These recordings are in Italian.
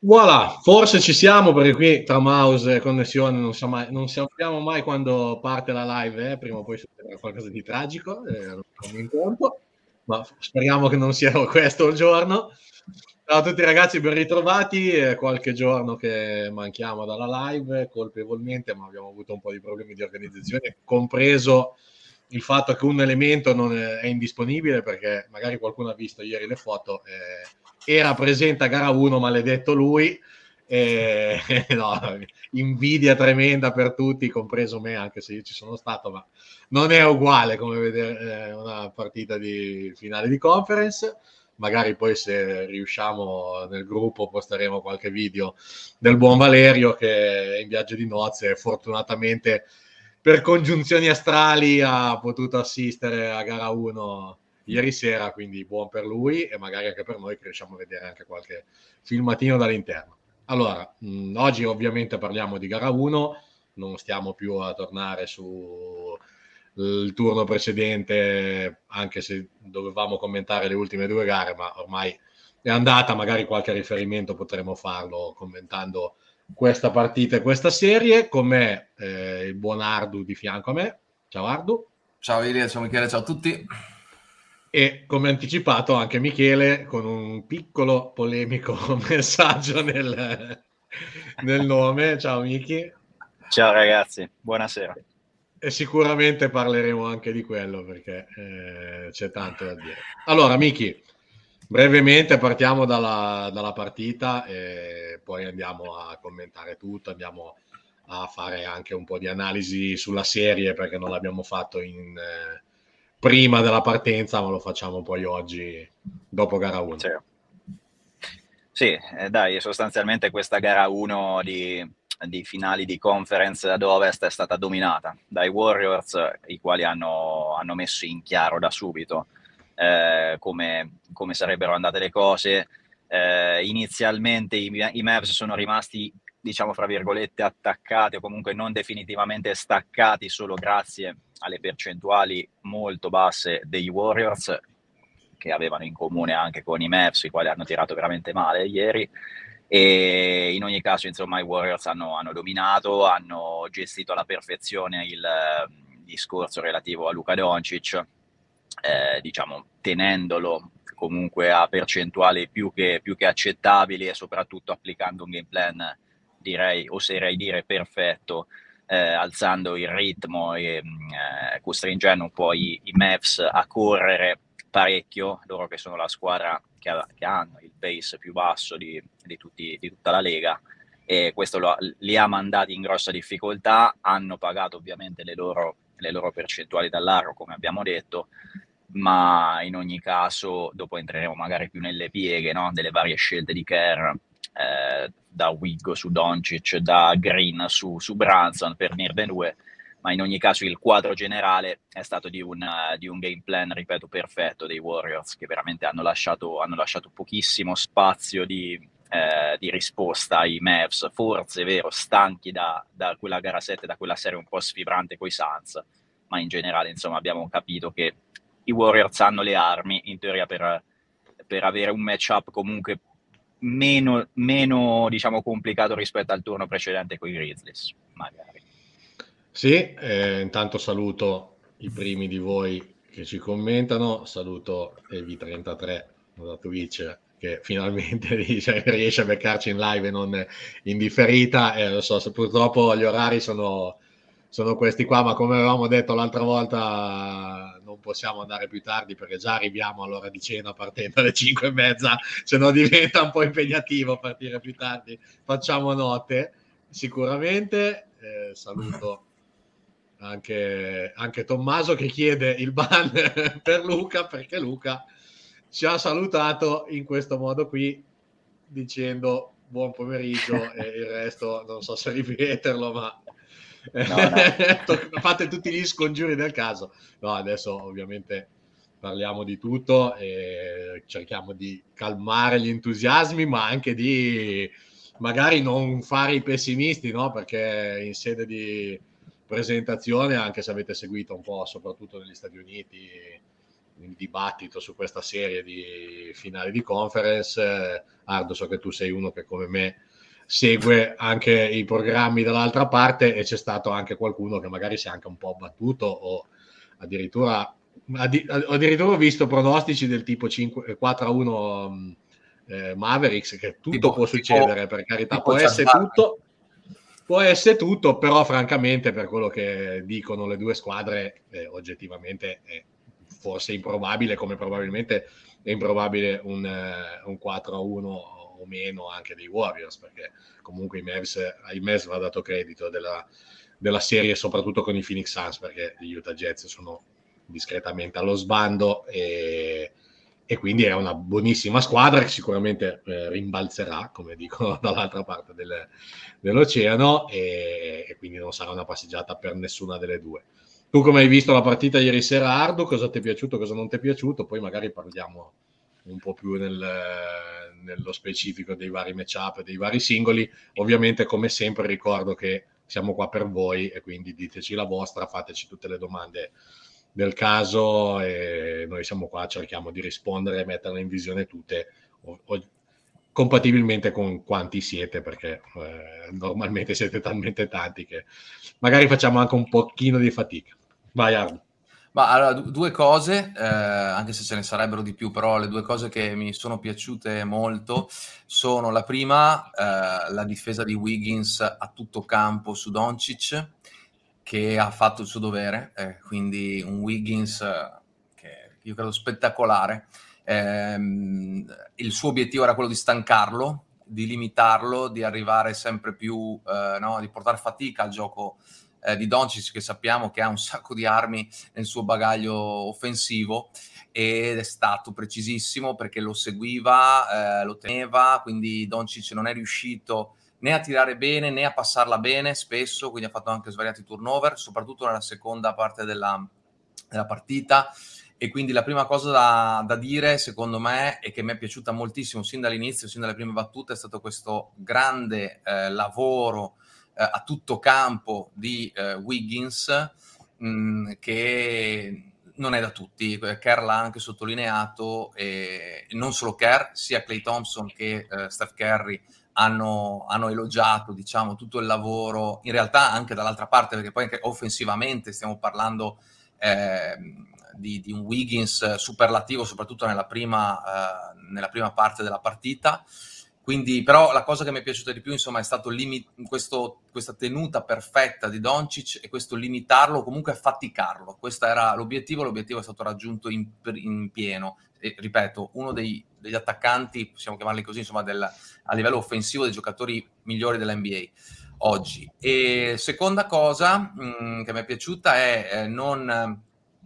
Voilà, forse ci siamo perché qui tra mouse e connessione non sappiamo mai quando parte la live, prima o poi succederà qualcosa di tragico, non in conto, ma speriamo che non sia questo il giorno. Ciao a tutti ragazzi, ben ritrovati, è qualche giorno che manchiamo dalla live, colpevolmente, ma abbiamo avuto un po' di problemi di organizzazione, compreso il fatto che un elemento non è indisponibile, perché magari qualcuno ha visto ieri le foto, era presente a gara 1, maledetto lui, no, invidia tremenda per tutti, compreso me, anche se io ci sono stato, ma non è uguale come vedere una partita di finale di conference. Magari poi, se riusciamo, nel gruppo posteremo qualche video del buon Valerio che è in viaggio di nozze e fortunatamente per congiunzioni astrali ha potuto assistere a gara 1 ieri sera, quindi buon per lui e magari anche per noi che riusciamo a vedere anche qualche filmatino dall'interno. Allora, oggi ovviamente parliamo di gara 1, non stiamo più a tornare su il turno precedente, anche se dovevamo commentare le ultime due gare, ma ormai è andata, magari qualche riferimento potremo farlo commentando questa partita e questa serie. Con me il buon Ardu di fianco a me. Ciao Ardu. Ciao Ilia, ciao Michele, ciao a tutti. E come anticipato anche Michele, con un piccolo polemico messaggio nel nome. Ciao Michi. Ciao ragazzi, buonasera. E sicuramente parleremo anche di quello, perché c'è tanto da dire. Allora Michi, brevemente partiamo dalla partita e poi andiamo a commentare tutto, andiamo a fare anche un po' di analisi sulla serie, perché non l'abbiamo fatto prima della partenza, ma lo facciamo poi oggi dopo gara 1. Sì, dai, sostanzialmente questa gara 1 di finali di conference ad Ovest è stata dominata dai Warriors, i quali hanno messo in chiaro da subito come sarebbero andate le cose. Inizialmente i Mavs sono rimasti, diciamo fra virgolette, attaccati o comunque non definitivamente staccati solo grazie alle percentuali molto basse dei Warriors, che avevano in comune anche con i Mavs, i quali hanno tirato veramente male ieri. E in ogni caso, insomma, i Warriors hanno dominato, hanno gestito alla perfezione il discorso relativo a Luka Doncic, diciamo tenendolo comunque a percentuali più che accettabili e soprattutto applicando un game plan, direi, oserei dire, perfetto, alzando il ritmo e costringendo un po' i Mavs a correre parecchio, loro che sono la squadra che hanno il pace più basso di tutta la Lega, e questo li ha mandati in grossa difficoltà. Hanno pagato ovviamente le loro percentuali dall'arco, come abbiamo detto, ma in ogni caso dopo entreremo magari più nelle pieghe, no? Delle varie scelte di Kerr, da Wiggo su Doncic, da Green su Brunson, per dirne due. Ma in ogni caso il quadro generale è stato di un game plan, ripeto, perfetto dei Warriors, che veramente hanno lasciato pochissimo spazio di risposta ai Mavs, forse è vero, stanchi da quella gara 7, da quella serie un po' sfibrante coi Suns, ma in generale, insomma, abbiamo capito che i Warriors hanno le armi, in teoria, per avere un matchup comunque meno diciamo complicato rispetto al turno precedente con i Grizzlies, magari. Sì, intanto saluto i primi di voi che ci commentano, saluto Evi33 da Twitch, che finalmente riesce a beccarci in live e non in differita. Lo so, se purtroppo gli orari sono questi qua, ma come avevamo detto l'altra volta non possiamo andare più tardi, perché già arriviamo all'ora di cena partendo alle 5:30, se no diventa un po' impegnativo partire più tardi. Facciamo notte sicuramente. Saluto anche Tommaso, che chiede il ban per Luca, perché Luca ci ha salutato in questo modo qui, dicendo buon pomeriggio, e il resto non so se ripeterlo, ma no. Fate tutti gli scongiuri del caso. No, adesso ovviamente parliamo di tutto e cerchiamo di calmare gli entusiasmi, ma anche di magari non fare i pessimisti, no? Perché in sede di presentazione, anche se avete seguito un po', soprattutto negli Stati Uniti, il dibattito su questa serie di finali di conference. Ardo, so che tu sei uno che come me segue anche i programmi dall'altra parte, e c'è stato anche qualcuno che magari si è anche un po' abbattuto, o addirittura ho visto pronostici del tipo 4-1 Mavericks, che tutto può succedere, per carità, può essere tutto, però francamente per quello che dicono le due squadre, oggettivamente è forse improbabile, come probabilmente è improbabile un 4-1 o meno anche dei Warriors, perché comunque ai Mavs va dato credito della serie, soprattutto con i Phoenix Suns, perché gli Utah Jazz sono discretamente allo sbando, e quindi è una buonissima squadra che sicuramente rimbalzerà, come dicono dall'altra parte dell'oceano, e quindi non sarà una passeggiata per nessuna delle due. Tu come hai visto la partita ieri sera, Ardo? Cosa ti è piaciuto, cosa non ti è piaciuto? Poi magari parliamo un po' più nello specifico dei vari matchup, dei vari singoli. Ovviamente, come sempre, ricordo che siamo qua per voi, e quindi diteci la vostra, fateci tutte le domande del caso, e noi siamo qua, cerchiamo di rispondere e metterle in visione tutte, compatibilmente con quanti siete, perché normalmente siete talmente tanti che magari facciamo anche un pochino di fatica. Vai, Ardo. Ma allora, due cose, anche se ce ne sarebbero di più, però le due cose che mi sono piaciute molto sono: la prima, la difesa di Wiggins a tutto campo su Doncic, che ha fatto il suo dovere, quindi un Wiggins che io credo spettacolare. Il suo obiettivo era quello di stancarlo, di limitarlo, di arrivare sempre più, di portare fatica al gioco di Doncic, che sappiamo che ha un sacco di armi nel suo bagaglio offensivo, ed è stato precisissimo perché lo seguiva, lo teneva, quindi Doncic non è riuscito né a tirare bene né a passarla bene spesso, quindi ha fatto anche svariati turnover, soprattutto nella seconda parte della partita. E quindi la prima cosa da dire, secondo me, e che mi è piaciuta moltissimo sin dall'inizio, sin dalle prime battute, è stato questo grande lavoro a tutto campo di Wiggins, che non è da tutti. Kerr l'ha anche sottolineato, e non solo Kerr, sia Klay Thompson che Steph Curry hanno elogiato, diciamo, tutto il lavoro, in realtà anche dall'altra parte, perché poi anche offensivamente stiamo parlando di un Wiggins superlativo, soprattutto nella prima parte della partita. Quindi, però, la cosa che mi è piaciuta di più, insomma, è stato questa tenuta perfetta di Doncic, e questo limitarlo, comunque faticarlo. Questo era l'obiettivo è stato raggiunto in pieno. E, ripeto, uno degli attaccanti, possiamo chiamarli così, insomma, a livello offensivo, dei giocatori migliori dell'NBA oggi. E seconda cosa che mi è piaciuta è non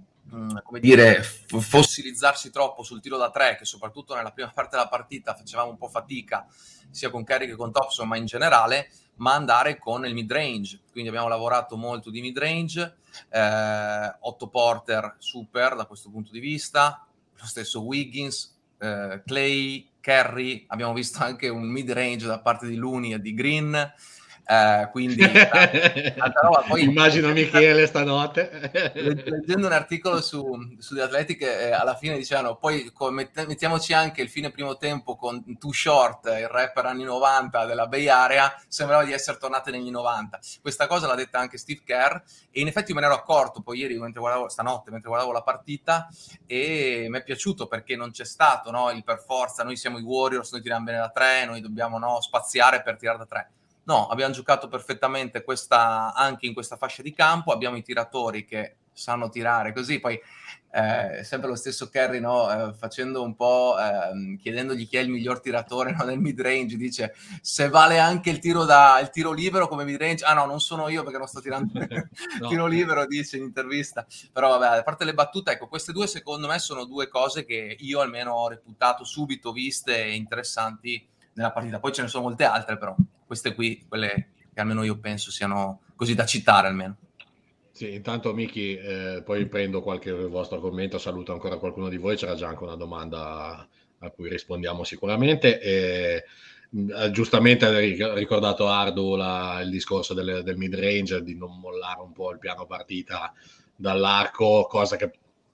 fossilizzarsi troppo sul tiro da tre, che soprattutto nella prima parte della partita facevamo un po' fatica, sia con Curry che con Thompson, ma in generale, ma andare con il mid-range. Quindi abbiamo lavorato molto di mid-range, Otto Porter super da questo punto di vista, lo stesso Wiggins, Clay, Curry, abbiamo visto anche un mid-range da parte di Looney e di Green. Quindi tanta roba. Poi, immagino Michele stanotte leggendo un articolo su The Athletic, alla fine dicevano poi mettiamoci anche il fine primo tempo con Too Short, il rapper anni 90 della Bay Area, sembrava di essere tornate negli 90. Questa cosa l'ha detta anche Steve Kerr, e in effetti me ne ero accorto poi ieri stanotte mentre guardavo la partita, e mi è piaciuto perché non c'è stato il per forza noi siamo i Warriors, noi tiriamo bene da tre, noi dobbiamo spaziare per tirare da tre. No, abbiamo giocato perfettamente anche in questa fascia di campo, abbiamo i tiratori che sanno tirare così, poi sempre lo stesso Curry, facendo un po', chiedendogli chi è il miglior tiratore nel mid-range, dice: se vale anche il tiro libero come mid-range, no, non sono io perché non sto tirando tiro libero, dice in intervista. Però vabbè, a parte le battute, ecco, queste due secondo me sono due cose che io almeno ho reputato subito viste e interessanti nella partita. Poi ce ne sono molte altre, però queste qui, quelle che almeno io penso siano così da citare almeno. Sì, intanto Miki, poi prendo qualche vostro commento, saluto ancora qualcuno di voi, c'era già anche una domanda a cui rispondiamo sicuramente. Giustamente ha ricordato Ardo il discorso del mid-range, di non mollare un po' il piano partita dall'arco, cosa che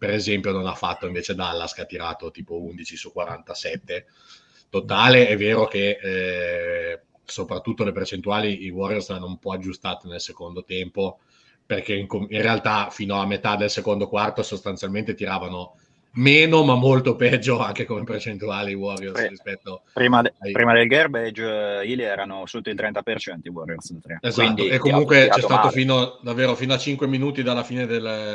per esempio non ha fatto invece Dallas, che ha tirato tipo 11 su 47 totale. È vero che soprattutto le percentuali i Warriors l'hanno un po' aggiustate nel secondo tempo, perché in realtà fino a metà del secondo quarto sostanzialmente tiravano meno ma molto peggio anche come percentuali i Warriors rispetto prima del garbage Ili erano sotto il 30% i Warriors da 3. Esatto, quindi e comunque c'è stato male. davvero fino a 5 minuti dalla fine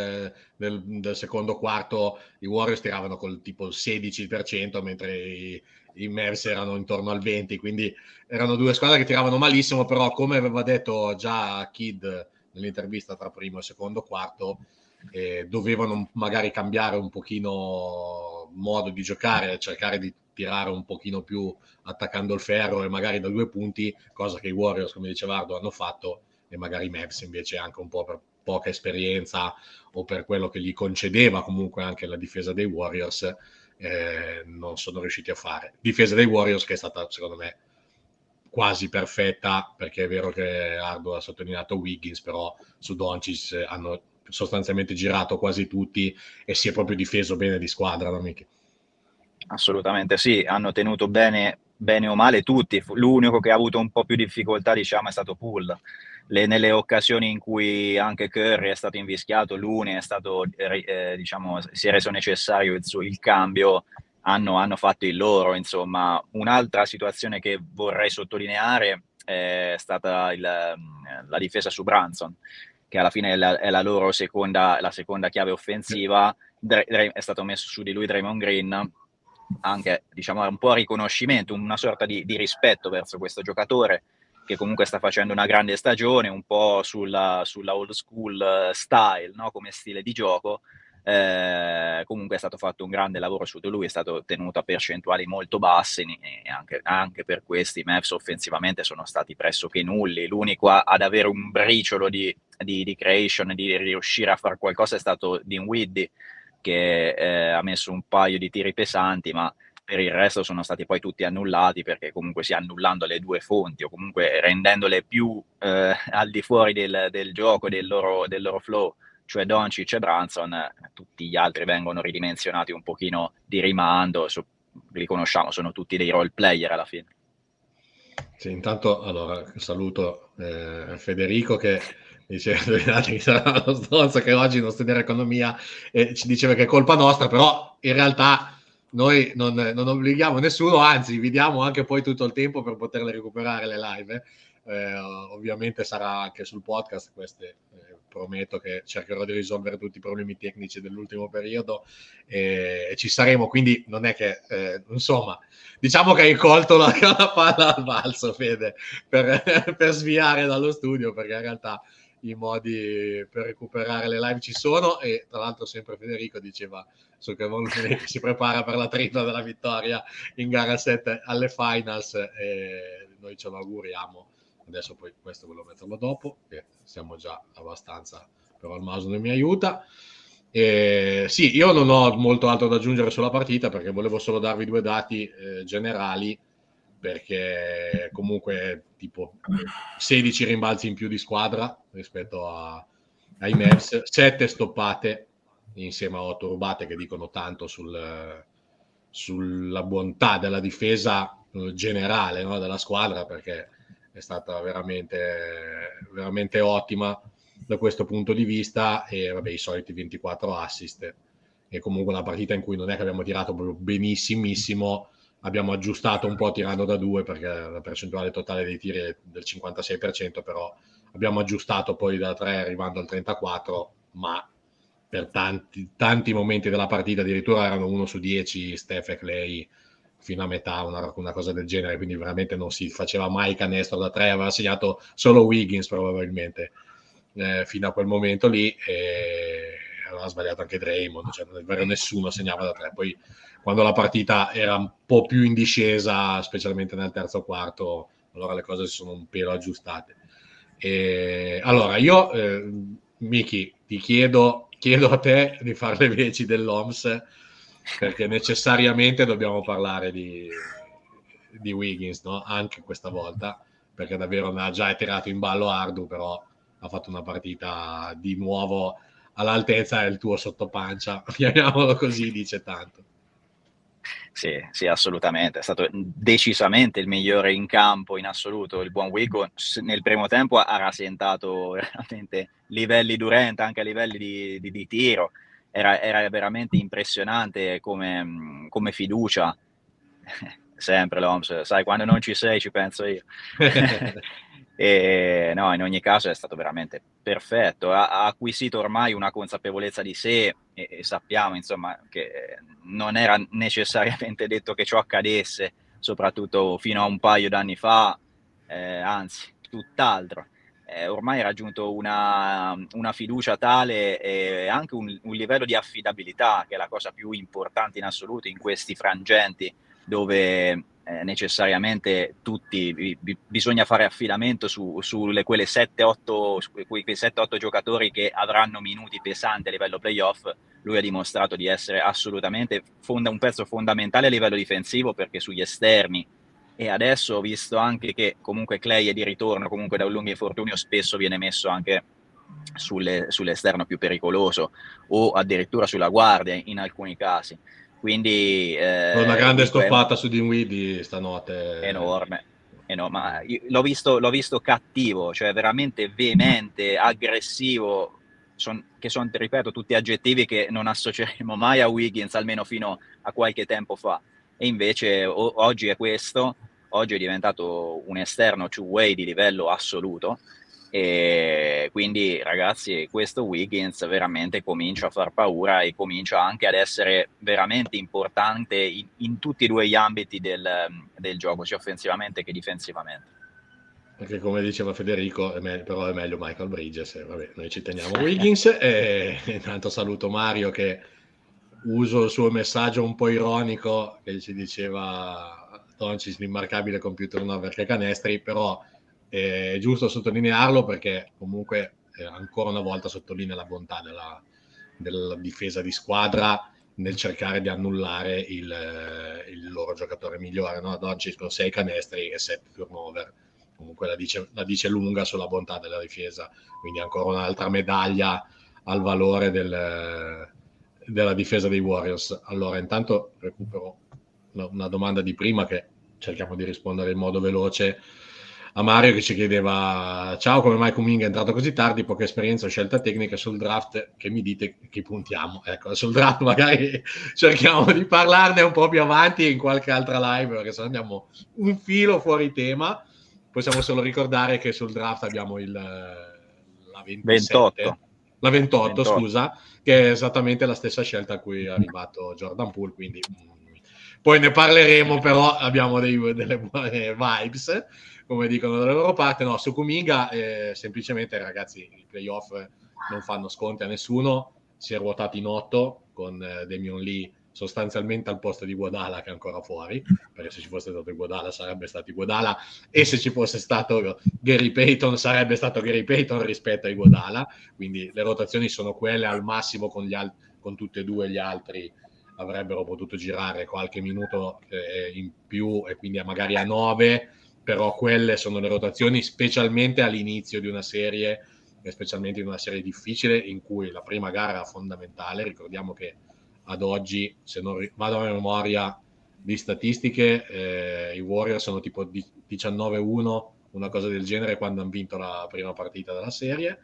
del secondo quarto i Warriors tiravano col tipo il 16%, mentre i Mavs erano intorno al 20%, quindi erano due squadre che tiravano malissimo, però come aveva detto già Kidd nell'intervista tra primo e secondo quarto, dovevano magari cambiare un pochino modo di giocare, cercare di tirare un pochino più attaccando il ferro e magari da 2 punti, cosa che i Warriors, come diceva Ardo, hanno fatto, e magari i Mavs invece anche un po' per poca esperienza o per quello che gli concedeva comunque anche la difesa dei Warriors, non sono riusciti a fare. Difesa dei Warriors che è stata secondo me quasi perfetta, perché è vero che Ardo ha sottolineato Wiggins, però su Doncic hanno sostanzialmente girato quasi tutti e si è proprio difeso bene di squadra, no, Michi? Assolutamente sì, hanno tenuto bene o male tutti. L'unico che ha avuto un po' più difficoltà, diciamo, è stato Poole. Nelle occasioni in cui anche Curry è stato invischiato, Looney è stato, diciamo, si è reso necessario il cambio, hanno fatto il loro. Insomma, un'altra situazione che vorrei sottolineare è stata la difesa su Brunson, che alla fine è la loro seconda chiave offensiva. È stato messo su di lui Draymond Green, anche diciamo un po' a riconoscimento, una sorta di rispetto verso questo giocatore che comunque sta facendo una grande stagione, un po' sulla old school style, no? Come stile di gioco. Comunque è stato fatto un grande lavoro su di lui, è stato tenuto a percentuali molto basse, e anche per questi i Mavs offensivamente sono stati pressoché nulli. L'unico ad avere un briciolo di creation, di riuscire a fare qualcosa, è stato Dinwiddie, che ha messo un paio di tiri pesanti, ma per il resto sono stati poi tutti annullati, perché comunque si annullando le due fonti o comunque rendendole più al di fuori del gioco, del loro flow, cioè Doncic e Brunson, tutti gli altri vengono ridimensionati un pochino di rimando, li conosciamo, sono tutti dei role player alla fine. Sì, intanto allora saluto Federico che dice che sarà lo stronzo che oggi non studia economia e ci diceva che è colpa nostra, però in realtà noi non obblighiamo nessuno, anzi vi diamo anche poi tutto il tempo per poterle recuperare le live. Ovviamente sarà anche sul podcast, queste prometto che cercherò di risolvere tutti i problemi tecnici dell'ultimo periodo e ci saremo, quindi non è che insomma, diciamo che hai colto la palla al balzo, Fede, per sviare dallo studio, perché in realtà i modi per recuperare le live ci sono. E tra l'altro sempre Federico diceva che si prepara per la tripla della vittoria in gara 7 alle finals e noi ce lo auguriamo. Adesso poi questo ve lo metterò dopo, che siamo già abbastanza, però il mouse non mi aiuta. Sì, io non ho molto altro da aggiungere sulla partita, perché volevo solo darvi due dati generali, perché comunque tipo 16 rimbalzi in più di squadra rispetto ai Mavs, 7 stoppate insieme a 8 rubate, che dicono tanto sulla bontà della difesa generale, no, della squadra, perché è stata veramente ottima da questo punto di vista. E vabbè, i soliti 24 assist, e comunque una partita in cui non è che abbiamo tirato proprio benissimissimo, abbiamo aggiustato un po' tirando da 2, perché la percentuale totale dei tiri è del 56%, però abbiamo aggiustato poi da 3 arrivando al 34%, ma per tanti momenti della partita addirittura erano 1 su 10 Steph e Clay fino a metà, una cosa del genere, quindi veramente non si faceva mai canestro da 3, aveva segnato solo Wiggins probabilmente fino a quel momento lì, e aveva sbagliato anche Draymond, cioè davvero nessuno segnava da 3. Poi quando la partita era un po' più in discesa, specialmente nel terzo quarto, allora le cose si sono un pelo aggiustate. Allora io Miki, ti chiedo a te di fare le veci dell'OMS, perché necessariamente dobbiamo parlare di Wiggins, no? Anche questa volta, perché davvero ne ha già tirato in ballo Ardu, però ha fatto una partita di nuovo all'altezza è il tuo sottopancia, chiamiamolo così, dice tanto. Sì, assolutamente, è stato decisamente il migliore in campo in assoluto, il buon Wiggins. Nel primo tempo ha rasentato veramente livelli Durant, anche a livelli di tiro, era veramente impressionante come fiducia, sempre l'Homs, sai, quando non ci sei ci penso io. E no, in ogni caso è stato veramente perfetto, ha acquisito ormai una consapevolezza di sé e sappiamo insomma che non era necessariamente detto che ciò accadesse, soprattutto fino a un paio d'anni fa, anzi tutt'altro. Ormai ha raggiunto una fiducia tale e anche un livello di affidabilità, che è la cosa più importante in assoluto in questi frangenti, dove necessariamente bisogna fare affidamento sulle quelle 7-8 quei 7-8 giocatori che avranno minuti pesanti a livello playoff. Lui ha dimostrato di essere assolutamente un pezzo fondamentale a livello difensivo, perché sugli esterni, e adesso ho visto anche che comunque Clay è di ritorno comunque da un lungo infortunio, spesso viene messo anche sull'esterno più pericoloso o addirittura sulla guardia in alcuni casi. Quindi una grande stoppata su Dinwiddie stanotte, enorme. Ma l'ho visto cattivo, cioè veramente veemente, aggressivo, che sono, ripeto, tutti aggettivi che non associeremo mai a Wiggins, almeno fino a qualche tempo fa. E invece oggi è questo, oggi è diventato un esterno two-way di livello assoluto. E quindi ragazzi, questo Wiggins veramente comincia a far paura e comincia anche ad essere veramente importante in tutti e due gli ambiti del gioco, sia offensivamente che difensivamente. Perché come diceva Federico, però è meglio Michael Bridges, vabbè, noi ci teniamo Wiggins. E intanto saluto Mario, che uso il suo messaggio un po' ironico, che ci diceva Doncic l'immarcabile computer turnover che canestri, però è giusto sottolinearlo perché comunque ancora una volta sottolinea la bontà della difesa di squadra nel cercare di annullare il loro giocatore migliore, no? Doncic con 6 canestri e 7 turnover, comunque la dice lunga sulla bontà della difesa, quindi ancora un'altra medaglia al valore della difesa dei Warriors. Allora, intanto recupero una domanda di prima che cerchiamo di rispondere in modo veloce a Mario, che ci chiedeva: ciao, come mai Kuminga è entrato così tardi, poca esperienza o scelta tecnica sul draft, che mi dite che puntiamo? Ecco, sul draft magari cerchiamo di parlarne un po' più avanti in qualche altra live, perché se no andiamo un filo fuori tema. Possiamo solo ricordare che sul draft abbiamo la 27, la 28, scusa, che è esattamente la stessa scelta a cui è arrivato Jordan Poole, quindi poi ne parleremo, però abbiamo delle buone vibes, come dicono dalla loro parte. No, su Kuminga semplicemente, ragazzi, i playoff non fanno sconti a nessuno, si è ruotato in 8 con Damian Lee sostanzialmente al posto di Iguodala, che è ancora fuori, perché se ci fosse stato Iguodala sarebbe stato Iguodala, e se ci fosse stato Gary Payton sarebbe stato Gary Payton rispetto a Iguodala, quindi le rotazioni sono quelle, al massimo con tutti e due gli altri avrebbero potuto girare qualche minuto in più, e quindi magari a 9, però quelle sono le rotazioni, specialmente all'inizio di una serie, e specialmente in una serie difficile in cui la prima gara era fondamentale. Ricordiamo che ad oggi, se non vado a memoria di statistiche, i Warriors sono tipo 19-1, una cosa del genere, quando hanno vinto la prima partita della serie.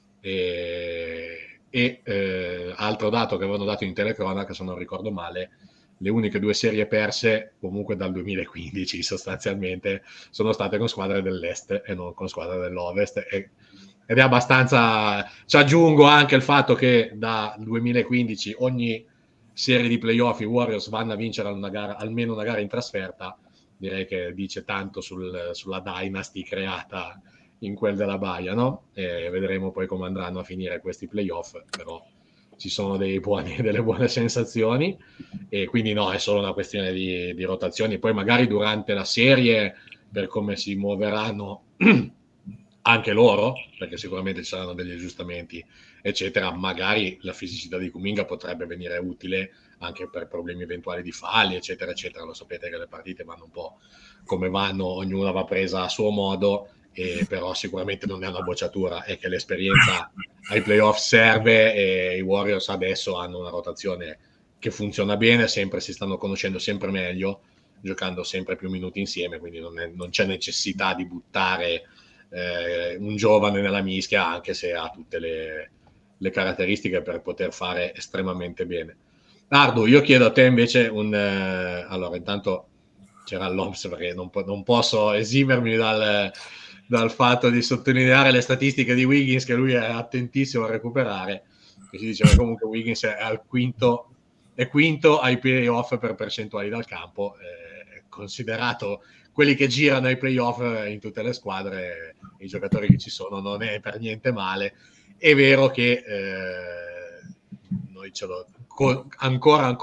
Altro dato che avevano dato in telecronaca, se non ricordo male, le uniche 2 serie perse comunque dal 2015 sostanzialmente sono state con squadre dell'est e non con squadre dell'ovest, ed è abbastanza. Ci aggiungo anche il fatto che da 2015 ogni serie di playoff i Warriors vanno a vincere almeno una gara in trasferta. Direi che dice tanto sulla dynasty creata in quel della Baia, no? E vedremo poi come andranno a finire questi playoff, però ci sono delle buone sensazioni, e quindi no, è solo una questione di rotazioni. Poi magari durante la serie, per come si muoveranno anche loro, perché sicuramente ci saranno degli aggiustamenti eccetera, magari la fisicità di Kuminga potrebbe venire utile anche per problemi eventuali di falli eccetera eccetera. Lo sapete che le partite vanno un po' come vanno, ognuna va presa a suo modo, però sicuramente non è una bocciatura, è che l'esperienza ai playoff serve, e i Warriors adesso hanno una rotazione che funziona bene, sempre si stanno conoscendo sempre meglio, giocando sempre più minuti insieme, quindi non c'è necessità di buttare un giovane nella mischia, anche se ha tutte le caratteristiche per poter fare estremamente bene. Nardo, io chiedo a te invece allora, intanto c'era l'Ops, perché non posso esimermi dal fatto di sottolineare le statistiche di Wiggins, che lui è attentissimo a recuperare, che si dice che comunque Wiggins è quinto ai playoff per percentuali dal campo, considerato quelli che girano ai playoff in tutte le squadre, i giocatori che ci sono, non è per niente male. È vero che noi ce lo ancora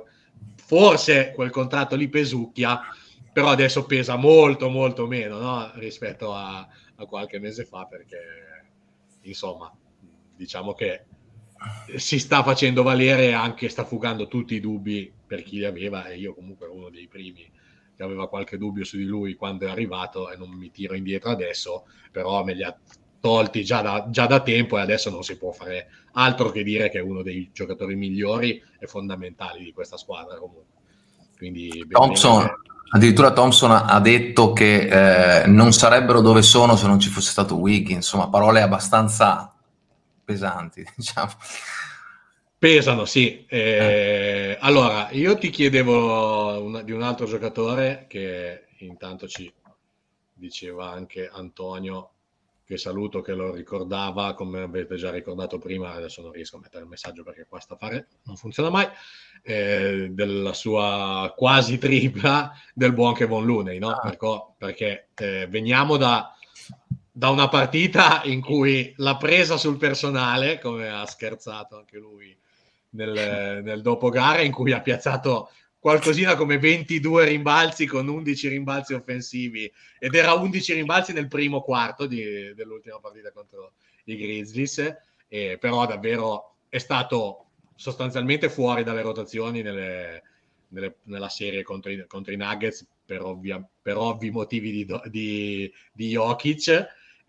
forse quel contratto lì pesucchia, però adesso pesa molto molto meno, no? Rispetto a qualche mese fa, perché insomma diciamo che si sta facendo valere, anche sta fugando tutti i dubbi per chi li aveva, e io comunque ero uno dei primi che aveva qualche dubbio su di lui quando è arrivato, e non mi tiro indietro adesso, però me li ha tolti già da tempo, e adesso non si può fare altro che dire che è uno dei giocatori migliori e fondamentali di questa squadra comunque. Quindi addirittura Thompson ha detto che non sarebbero dove sono se non ci fosse stato Wiggins, insomma parole abbastanza pesanti, diciamo. Pesano, sì. Allora, io ti chiedevo di un altro giocatore che intanto ci diceva anche Antonio, che saluto, che lo ricordava, come avete già ricordato prima, adesso non riesco a mettere il messaggio perché qua sta a fare, non funziona mai, della sua quasi tripla del buon Kevon Looney, no? Perché veniamo da una partita in cui l'ha presa sul personale, come ha scherzato anche lui nel dopogara, in cui ha piazzato qualcosina come 22 rimbalzi con 11 rimbalzi offensivi, ed era 11 rimbalzi nel primo quarto dell'ultima partita contro i Grizzlies, però davvero è stato sostanzialmente fuori dalle rotazioni nella serie contro i Nuggets per ovvi motivi di Jokic,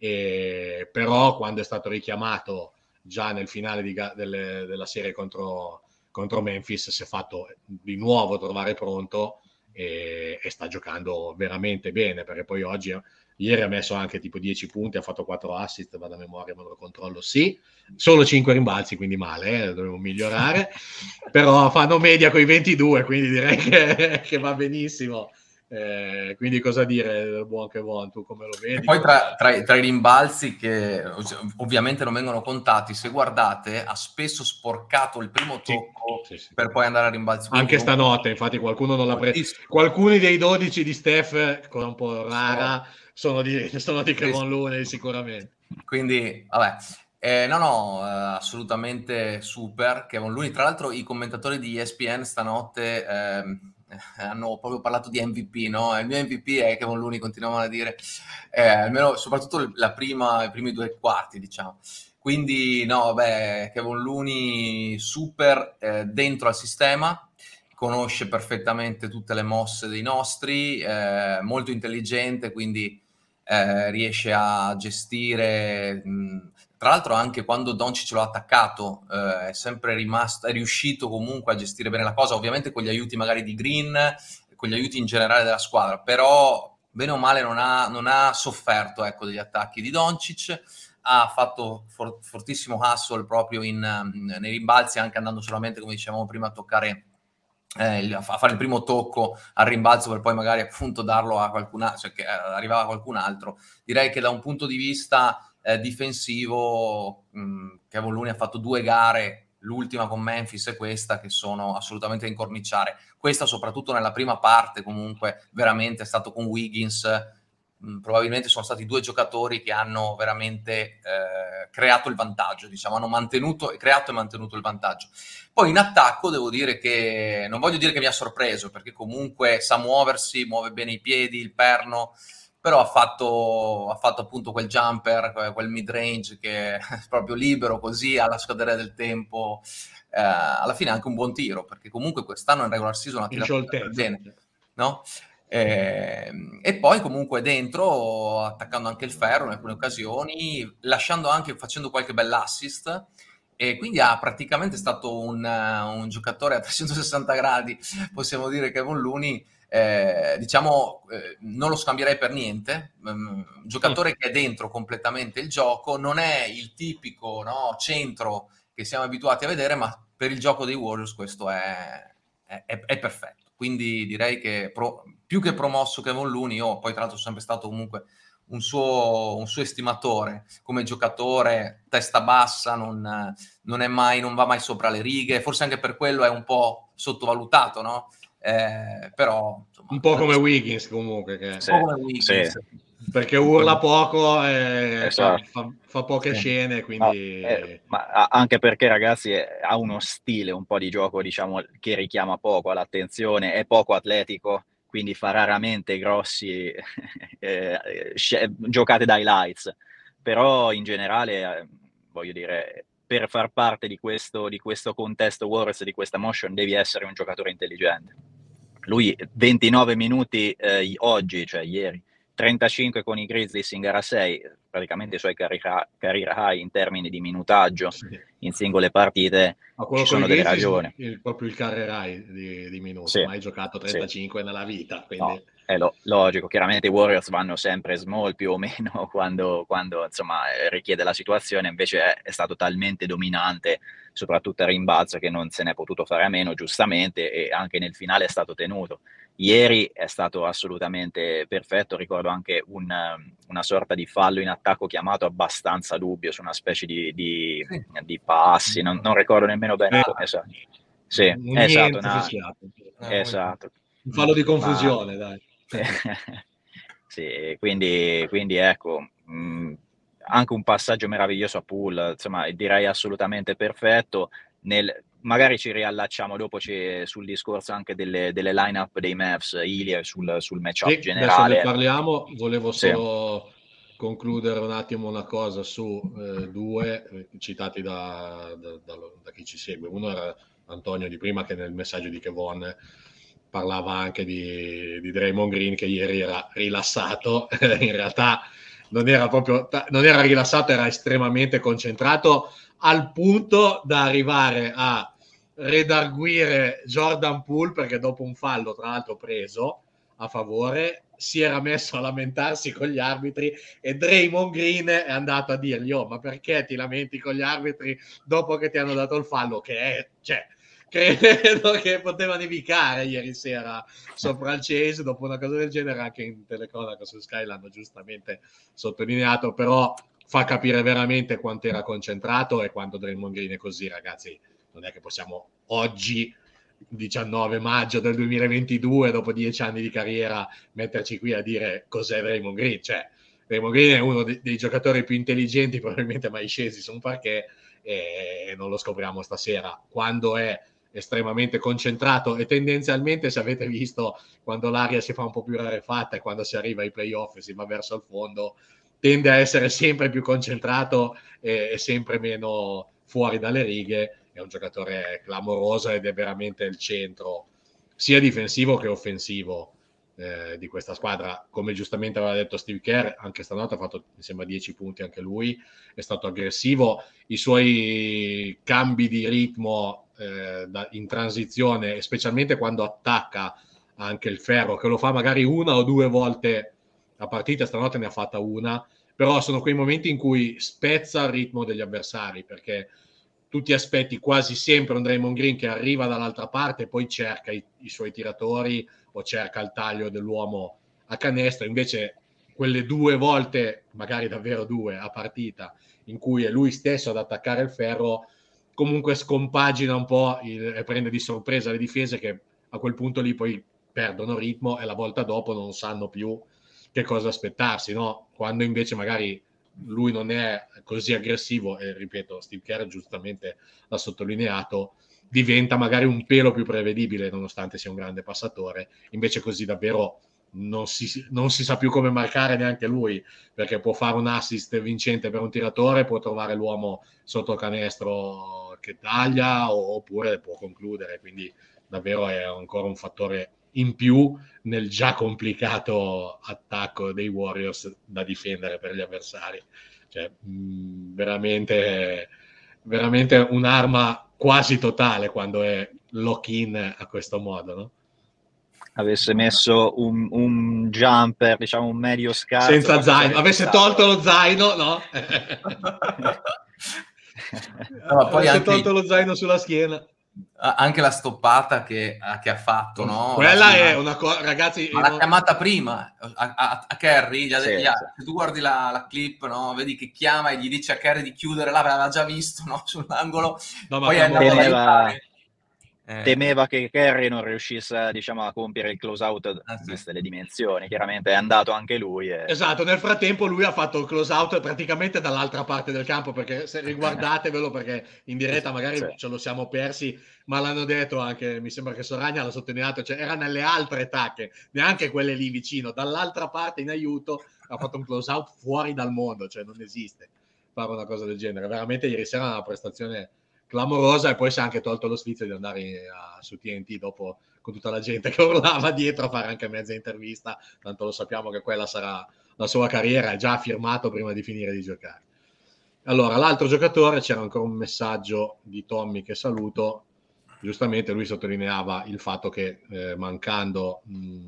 però quando è stato richiamato già nel finale della serie contro Memphis si è fatto di nuovo trovare pronto, e sta giocando veramente bene, perché poi ieri ha messo anche tipo 10 punti, ha fatto 4 assist, vado a memoria, me lo controllo, sì, solo 5 rimbalzi, quindi male, dovevo migliorare, però fanno media con i 22, quindi direi che va benissimo. Quindi cosa dire del buon Kevon, tu come lo vedi? E poi tra i rimbalzi, che ovviamente non vengono contati, se guardate ha spesso sporcato il primo tocco, sì. Per poi andare a rimbalzi. Anche stanotte, infatti qualcuno non l'ha preso. Alcuni dei 12 di Steph, con un po' rara, sono di Kevon Looney sicuramente. Quindi vabbè, no, assolutamente super Kevon Looney. Tra l'altro i commentatori di ESPN stanotte hanno proprio parlato di MVP, no? Il mio MVP è Kevon Looney, continuavano a dire, almeno soprattutto i primi 2 quarti, diciamo. Quindi no, vabbè, Kevon Looney super dentro al sistema, conosce perfettamente tutte le mosse dei nostri, molto intelligente, quindi riesce a gestire. Tra l'altro anche quando Doncic l'ha attaccato è sempre riuscito comunque a gestire bene la cosa, ovviamente con gli aiuti magari di Green, con gli aiuti in generale della squadra, però bene o male non ha sofferto, ecco, degli attacchi di Doncic. Ha fatto fortissimo hustle proprio nei rimbalzi, anche andando solamente, come dicevamo prima, a toccare a fare il primo tocco al rimbalzo per poi magari appunto darlo a qualcun altro, cioè che arrivava qualcun altro. Direi che da un punto di vista difensivo Kevon Looney ha fatto 2 gare, l'ultima con Memphis e questa, che sono assolutamente da incorniciare. Questa soprattutto nella prima parte comunque veramente è stato con Wiggins, probabilmente sono stati 2 giocatori che hanno veramente creato il vantaggio, diciamo, hanno creato e mantenuto il vantaggio. Poi in attacco devo dire che, non voglio dire che mi ha sorpreso, perché comunque sa muoversi, muove bene i piedi, il perno, però ha fatto appunto quel jumper, quel mid range che è proprio libero così alla scadere del tempo, alla fine anche un buon tiro, perché comunque quest'anno in regular season ha tirato bene, no? E poi comunque dentro, attaccando anche il ferro in alcune occasioni, facendo qualche bell'assist, e quindi ha praticamente stato un giocatore a 360 gradi, possiamo dire, che Kevon Looney, non lo scambierei per niente. Un giocatore che è dentro completamente il gioco, non è il tipico, no, centro che siamo abituati a vedere, ma per il gioco dei Warriors questo è perfetto. Quindi direi che più che promosso Kevon Looney, io poi tra l'altro sono sempre stato comunque un suo estimatore come giocatore, testa bassa, non va mai sopra le righe, forse anche per quello è un po' sottovalutato, no? Però insomma, un po' come Wiggins comunque, che... Sì, un po' come Wiggins. sì. Perché urla poco, Esatto. fa poche scene, quindi... ma anche perché, ragazzi, ha uno stile un po' di gioco, diciamo, che richiama poco l'attenzione, è poco atletico, quindi fa raramente grossi giocate da highlights, però in generale, voglio dire, per far parte di questo contesto Warriors, di questa motion, devi essere un giocatore intelligente. Lui 29 minuti oggi, cioè ieri, 35 con i Grizzlies in gara 6, praticamente i suoi career high in termini di minutaggio in singole partite. Ci sono delle ragioni. Proprio il career high di minuti, mai giocato 35 nella vita. Quindi... No, è logico, chiaramente i Warriors vanno sempre small più o meno quando insomma richiede la situazione, invece è stato talmente dominante, soprattutto a rimbalzo, che non se n'è potuto fare a meno, giustamente, e anche nel finale è stato tenuto. Ieri è stato assolutamente perfetto, ricordo anche una sorta di fallo in attacco chiamato abbastanza dubbio su una specie di passi, non ricordo nemmeno bene come sa. Sì, è stato esatto. Un fallo di confusione, dai. Sì, quindi ecco, anche un passaggio meraviglioso a Poole, insomma, direi assolutamente perfetto. Magari ci riallacciamo dopo sul discorso anche delle line-up dei Mavs, Ilie, sul matchup generale. Adesso ne parliamo, volevo solo concludere un attimo una cosa su due citati da chi ci segue. Uno era Antonio di prima, che nel messaggio di Kevon parlava anche di Draymond Green, che ieri era rilassato. In realtà non era rilassato, era estremamente concentrato, al punto da arrivare a redarguire Jordan Poole, perché dopo un fallo, tra l'altro preso a favore, si era messo a lamentarsi con gli arbitri, e Draymond Green è andato a dirgli: oh, ma perché ti lamenti con gli arbitri dopo che ti hanno dato il fallo? Che è, cioè, credo che poteva nevicare ieri sera sopra il Chase dopo una cosa del genere. Anche in telecronaca su Sky l'hanno giustamente sottolineato, però fa capire veramente quanto era concentrato. E quando Draymond Green è così, ragazzi, non è che possiamo oggi, 19 maggio del 2022, dopo 10 anni di carriera, metterci qui a dire cos'è Draymond Green. Cioè, Draymond Green è uno dei giocatori più intelligenti probabilmente mai scesi su un parquet, e non lo scopriamo stasera. Quando è estremamente concentrato, e tendenzialmente, se avete visto, quando l'aria si fa un po' più rarefatta e quando si arriva ai playoff e si va verso il fondo, tende a essere sempre più concentrato e sempre meno fuori dalle righe. È un giocatore clamoroso ed è veramente il centro sia difensivo che offensivo di questa squadra. Come giustamente aveva detto Steve Kerr, anche stanotte ha fatto, mi sembra, 10 punti anche lui, è stato aggressivo. I suoi cambi di ritmo in transizione, specialmente quando attacca anche il ferro, che lo fa magari una o due volte a partita, stanotte ne ha fatta una, però sono quei momenti in cui spezza il ritmo degli avversari, perché tu ti aspetti quasi sempre un Draymond Green che arriva dall'altra parte e poi cerca i suoi tiratori o cerca il taglio dell'uomo a canestro. Invece quelle due volte, magari davvero due a partita, in cui è lui stesso ad attaccare il ferro, comunque scompagina un po' e prende di sorpresa le difese, che a quel punto lì poi perdono ritmo e la volta dopo non sanno più che cosa aspettarsi, no? Quando invece magari lui non è così aggressivo, e ripeto, Steve Kerr giustamente l'ha sottolineato, diventa magari un pelo più prevedibile, nonostante sia un grande passatore. Invece così davvero non si sa più come marcare neanche lui, perché può fare un assist vincente per un tiratore, può trovare l'uomo sotto canestro che taglia, oppure può concludere. Quindi davvero è ancora un fattore in più nel già complicato attacco dei Warriors da difendere per gli avversari. Cioè, veramente un'arma quasi totale quando è lock-in a questo modo, no? Avesse messo un jumper, diciamo un medio scarso, senza zaino, avesse tolto lo zaino, no? No, poi avesse anche tolto lo zaino sulla schiena. Anche la stoppata che ha fatto, no? Quella è una cosa, ragazzi. Ma l'ha chiamata prima a Curry. Sì. Se tu guardi la clip, no? Vedi che chiama e gli dice a Curry di chiudere, l'aveva già visto, no? Sull'angolo. No, poi è andato temeva che Curry non riuscisse, diciamo, a compiere il close out, viste le dimensioni. Chiaramente è andato anche lui. Esatto, nel frattempo lui ha fatto il close out praticamente dall'altra parte del campo, perché se riguardatevelo, perché in diretta magari ce lo siamo persi, ma l'hanno detto anche, mi sembra che Soragna l'ha sottolineato, cioè era nelle altre tacche, neanche quelle lì vicino, dall'altra parte in aiuto ha fatto un close out fuori dal mondo, cioè non esiste fare una cosa del genere. Veramente ieri sera una prestazione clamorosa, e poi si è anche tolto lo sfizio di andare su TNT dopo, con tutta la gente che urlava dietro, a fare anche mezza intervista, tanto lo sappiamo che quella sarà la sua carriera, è già firmato prima di finire di giocare. Allora, l'altro giocatore, c'era ancora un messaggio di Tommy che saluto, giustamente lui sottolineava il fatto che mancando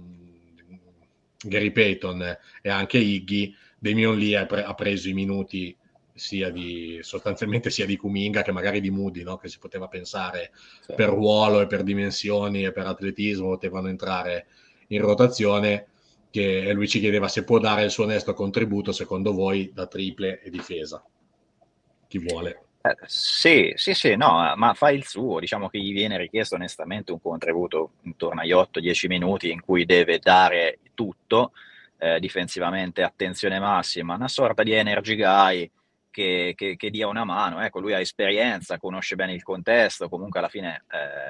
Gary Payton e anche Iggy, Damion Lee ha preso i minuti sostanzialmente sia di Kuminga che magari di Moody, no? Che si poteva pensare per ruolo e per dimensioni e per atletismo potevano entrare in rotazione, che lui ci chiedeva se può dare il suo onesto contributo secondo voi da triple e difesa. Chi vuole? Sì, no, ma fa il suo, diciamo che gli viene richiesto onestamente un contributo intorno agli 8-10 minuti in cui deve dare tutto, difensivamente attenzione massima, una sorta di energy guy che dia una mano. Ecco, lui ha esperienza, conosce bene il contesto, comunque alla fine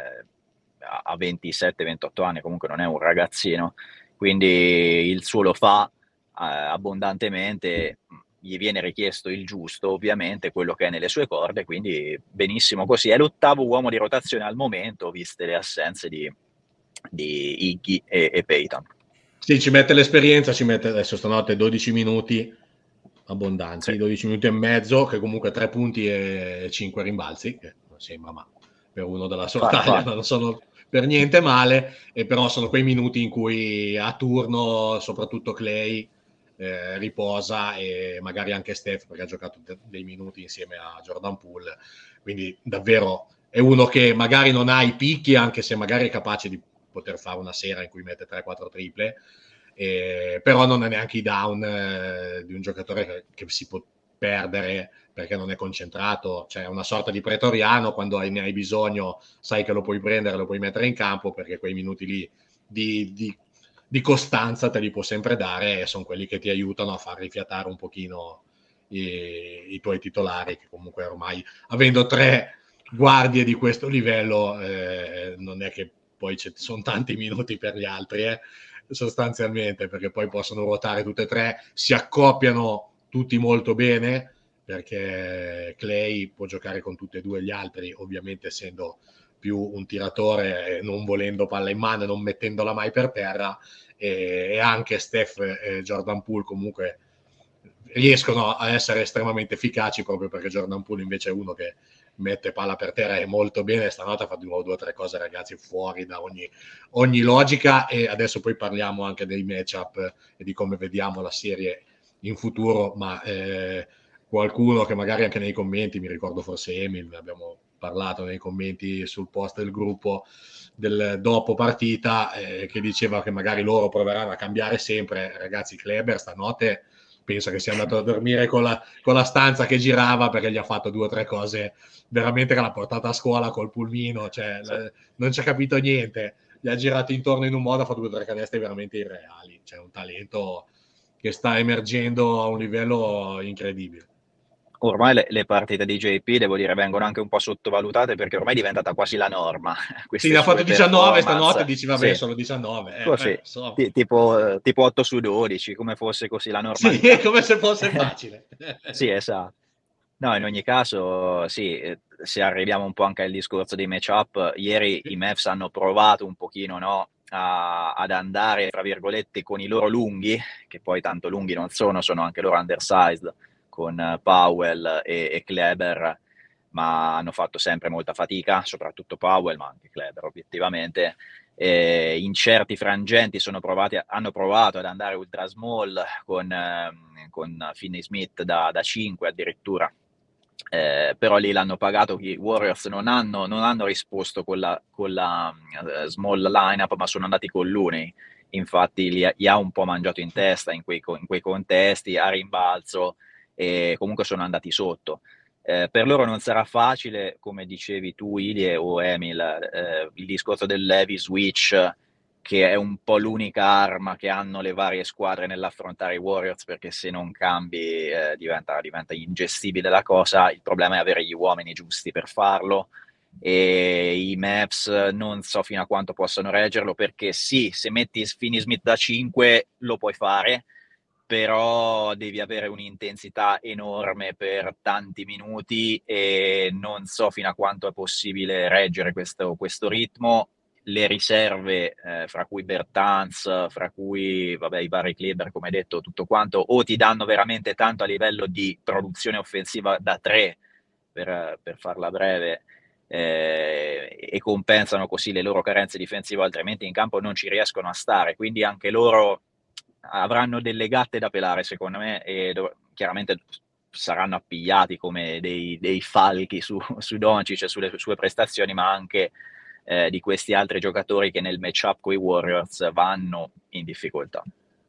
ha 27-28 anni, comunque non è un ragazzino, quindi il suo lo fa abbondantemente. Gli viene richiesto il giusto, ovviamente, quello che è nelle sue corde, quindi benissimo così. È l'ottavo uomo di rotazione al momento, viste le assenze di Iggy e Payton. Sì, ci mette l'esperienza, ci mette adesso stanotte 12 minuti abbondanti, sì. 12 minuti e mezzo, che comunque 3 punti e 5 rimbalzi, che non sembra, ma per uno della sua taglia non sono per niente male, e però sono quei minuti in cui a turno soprattutto Clay riposa, e magari anche Steph, perché ha giocato dei minuti insieme a Jordan Poole, quindi davvero è uno che magari non ha i picchi, anche se magari è capace di poter fare una sera in cui mette 3-4 triple, però non ha neanche i down di un giocatore che si può perdere perché non è concentrato, cioè è una sorta di pretoriano, quando ne hai bisogno sai che lo puoi prendere, lo puoi mettere in campo, perché quei minuti lì di costanza te li può sempre dare, e sono quelli che ti aiutano a far rifiatare un pochino i tuoi titolari, che comunque ormai, avendo 3 guardie di questo livello, non è che poi sono tanti minuti per gli altri, sostanzialmente, perché poi possono ruotare tutte e 3, si accoppiano tutti molto bene, perché Clay può giocare con tutti e 2 gli altri, ovviamente essendo più un tiratore, non volendo palla in mano e non mettendola mai per terra, e anche Steph e Jordan Poole comunque riescono a essere estremamente efficaci, proprio perché Jordan Poole invece è uno che mette palla per terra e molto bene. Stanotte fa di nuovo 2 o 3 cose, ragazzi, fuori da ogni logica, e adesso poi parliamo anche dei matchup e di come vediamo la serie in futuro, ma qualcuno che magari anche nei commenti, mi ricordo forse Emil, ne abbiamo parlato nei commenti sul post del gruppo del dopo partita, che diceva che magari loro proveranno a cambiare sempre. Ragazzi, Kleber stanotte penso che sia andato a dormire con la stanza che girava, perché gli ha fatto 2 o 3 cose veramente che l'ha portata a scuola col pulmino, cioè non ci ha capito niente, gli ha girato intorno in un modo, ha fatto 2 o 3 canestri veramente irreali, cioè un talento che sta emergendo a un livello incredibile. Ormai le partite di JP, devo dire, vengono anche un po' sottovalutate, perché ormai è diventata quasi la norma. Sì, ne ha fatto 19 stanotte, dici vabbè, solo 19. Così, tipo 8 su 12, come fosse così la normalità. Sì, come se fosse facile. Sì, esatto. No, in ogni caso, sì, se arriviamo un po' anche al discorso dei matchup, ieri i Mavs hanno provato un pochino, no, ad andare, fra virgolette, con i loro lunghi, che poi tanto lunghi non sono anche loro undersized, con Powell e Kleber, ma hanno fatto sempre molta fatica, soprattutto Powell, ma anche Kleber obiettivamente. In certi frangenti hanno provato ad andare ultra small con Finney Smith da 5 addirittura, però lì l'hanno pagato. I Warriors non hanno risposto con la small lineup, ma sono andati con Looney. Infatti gli ha un po' mangiato in testa in quei contesti a rimbalzo, e comunque sono andati sotto. Per loro non sarà facile, come dicevi tu, Ilie o Emil, il discorso del heavy switch, che è un po' l'unica arma che hanno le varie squadre nell'affrontare i Warriors, perché se non cambi diventa ingestibile la cosa. Il problema è avere gli uomini giusti per farlo, e i Mavs non so fino a quanto possano reggerlo, perché sì, se metti Finney Smith da 5 lo puoi fare, però devi avere un'intensità enorme per tanti minuti, e non so fino a quanto è possibile reggere questo ritmo. Le riserve, fra cui Bertans, fra cui i vari Kleber, come detto, tutto quanto, o ti danno veramente tanto a livello di produzione offensiva da 3, per farla breve, e compensano così le loro carenze difensive, altrimenti in campo non ci riescono a stare. Quindi anche loro avranno delle gatte da pelare, secondo me, e chiaramente saranno appigliati come dei falchi su Doncic e sulle sue prestazioni, ma anche di questi altri giocatori che nel matchup con i Warriors vanno in difficoltà.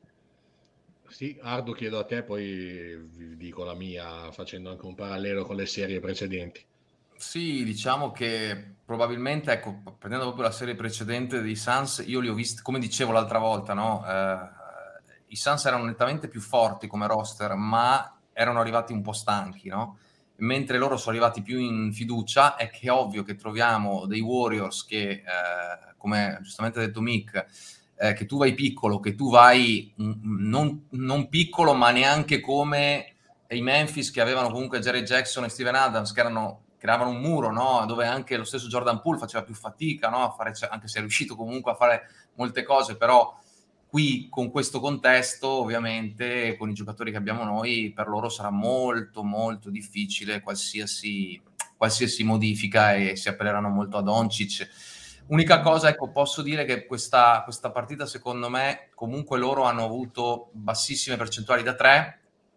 Sì, Ardo, chiedo a te, poi vi dico la mia, facendo anche un parallelo con le serie precedenti. Sì, diciamo che probabilmente, ecco, prendendo proprio la serie precedente dei Suns, io li ho visti, come dicevo l'altra volta, no? I Suns erano nettamente più forti come roster, ma erano arrivati un po' stanchi, no? Mentre loro sono arrivati più in fiducia. È che è ovvio che troviamo dei Warriors che, come giustamente ha detto Mick, che tu vai piccolo, che tu vai non piccolo, ma neanche come i Memphis, che avevano comunque Jerry Jackson e Steven Adams, che creavano un muro, no? Dove anche lo stesso Jordan Poole faceva più fatica, no? A fare, anche se è riuscito comunque a fare molte cose, però qui con questo contesto, ovviamente, con i giocatori che abbiamo noi, per loro sarà molto molto difficile qualsiasi modifica, e si appelleranno molto a Doncic. Unica cosa, ecco, posso dire che questa partita, secondo me, comunque loro hanno avuto bassissime percentuali da 3.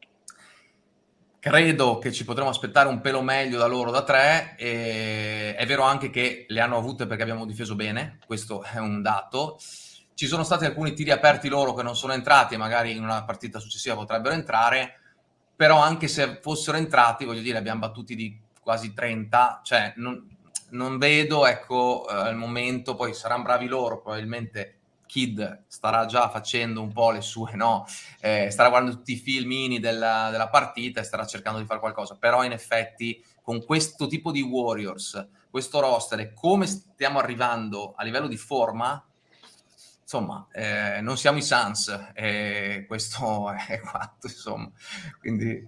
Credo che ci potremo aspettare un pelo meglio da loro da 3, e è vero anche che le hanno avute perché abbiamo difeso bene, questo è un dato. Ci sono stati alcuni tiri aperti loro che non sono entrati, magari in una partita successiva potrebbero entrare, però anche se fossero entrati, voglio dire, abbiamo battuti di quasi 30, cioè non vedo, ecco, al momento, poi saranno bravi loro, probabilmente Kid starà già facendo un po' le sue, no? Starà guardando tutti i filmini della partita e starà cercando di fare qualcosa, però in effetti con questo tipo di Warriors, questo roster e come stiamo arrivando a livello di forma, insomma, non siamo i Suns, questo è quanto, insomma, quindi...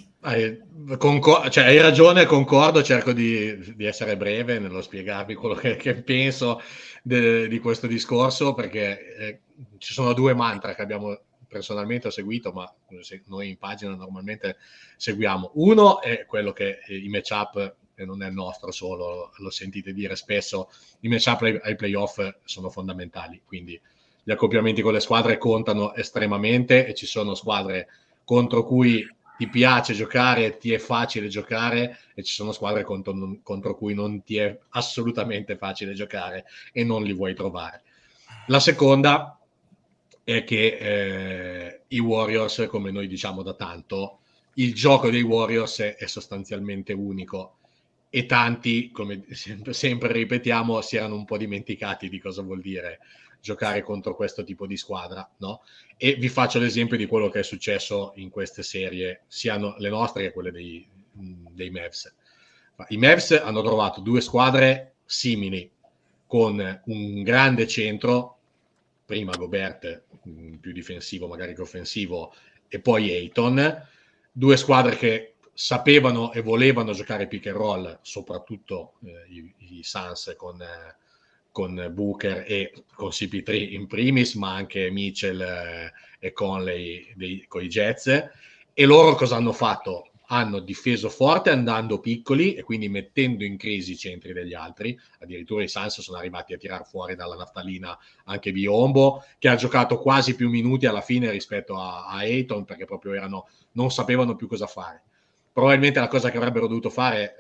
Cioè, hai ragione, concordo, cerco di essere breve nello spiegarvi quello che penso di questo discorso, perché ci sono due mantra che abbiamo personalmente seguito, ma noi in pagina normalmente seguiamo. Uno è quello che i matchup, e non è il nostro solo, lo sentite dire spesso, i matchup ai playoff sono fondamentali, quindi gli accoppiamenti con le squadre contano estremamente, e ci sono squadre contro cui ti piace giocare, ti è facile giocare, e ci sono squadre contro cui non ti è assolutamente facile giocare e non li vuoi trovare. La seconda è che i Warriors, come noi diciamo da tanto, il gioco dei Warriors è sostanzialmente unico, e tanti, come sempre ripetiamo, si erano un po' dimenticati di cosa vuol dire giocare contro questo tipo di squadra, no? E vi faccio l'esempio di quello che è successo in queste serie, sia le nostre che quelle dei Mavs. I Mavs hanno trovato due squadre simili, con un grande centro, prima Gobert, più difensivo magari che offensivo, e poi Ayton, due squadre che sapevano e volevano giocare pick and roll, soprattutto i Suns con Booker e con CP3 in primis, ma anche Mitchell e Conley con i Jets. E loro cosa hanno fatto? Hanno difeso forte andando piccoli e quindi mettendo in crisi i centri degli altri. Addirittura i Suns sono arrivati a tirar fuori dalla naftalina anche Biyombo, che ha giocato quasi più minuti alla fine rispetto a Ayton, perché proprio non sapevano più cosa fare. Probabilmente la cosa che avrebbero dovuto fare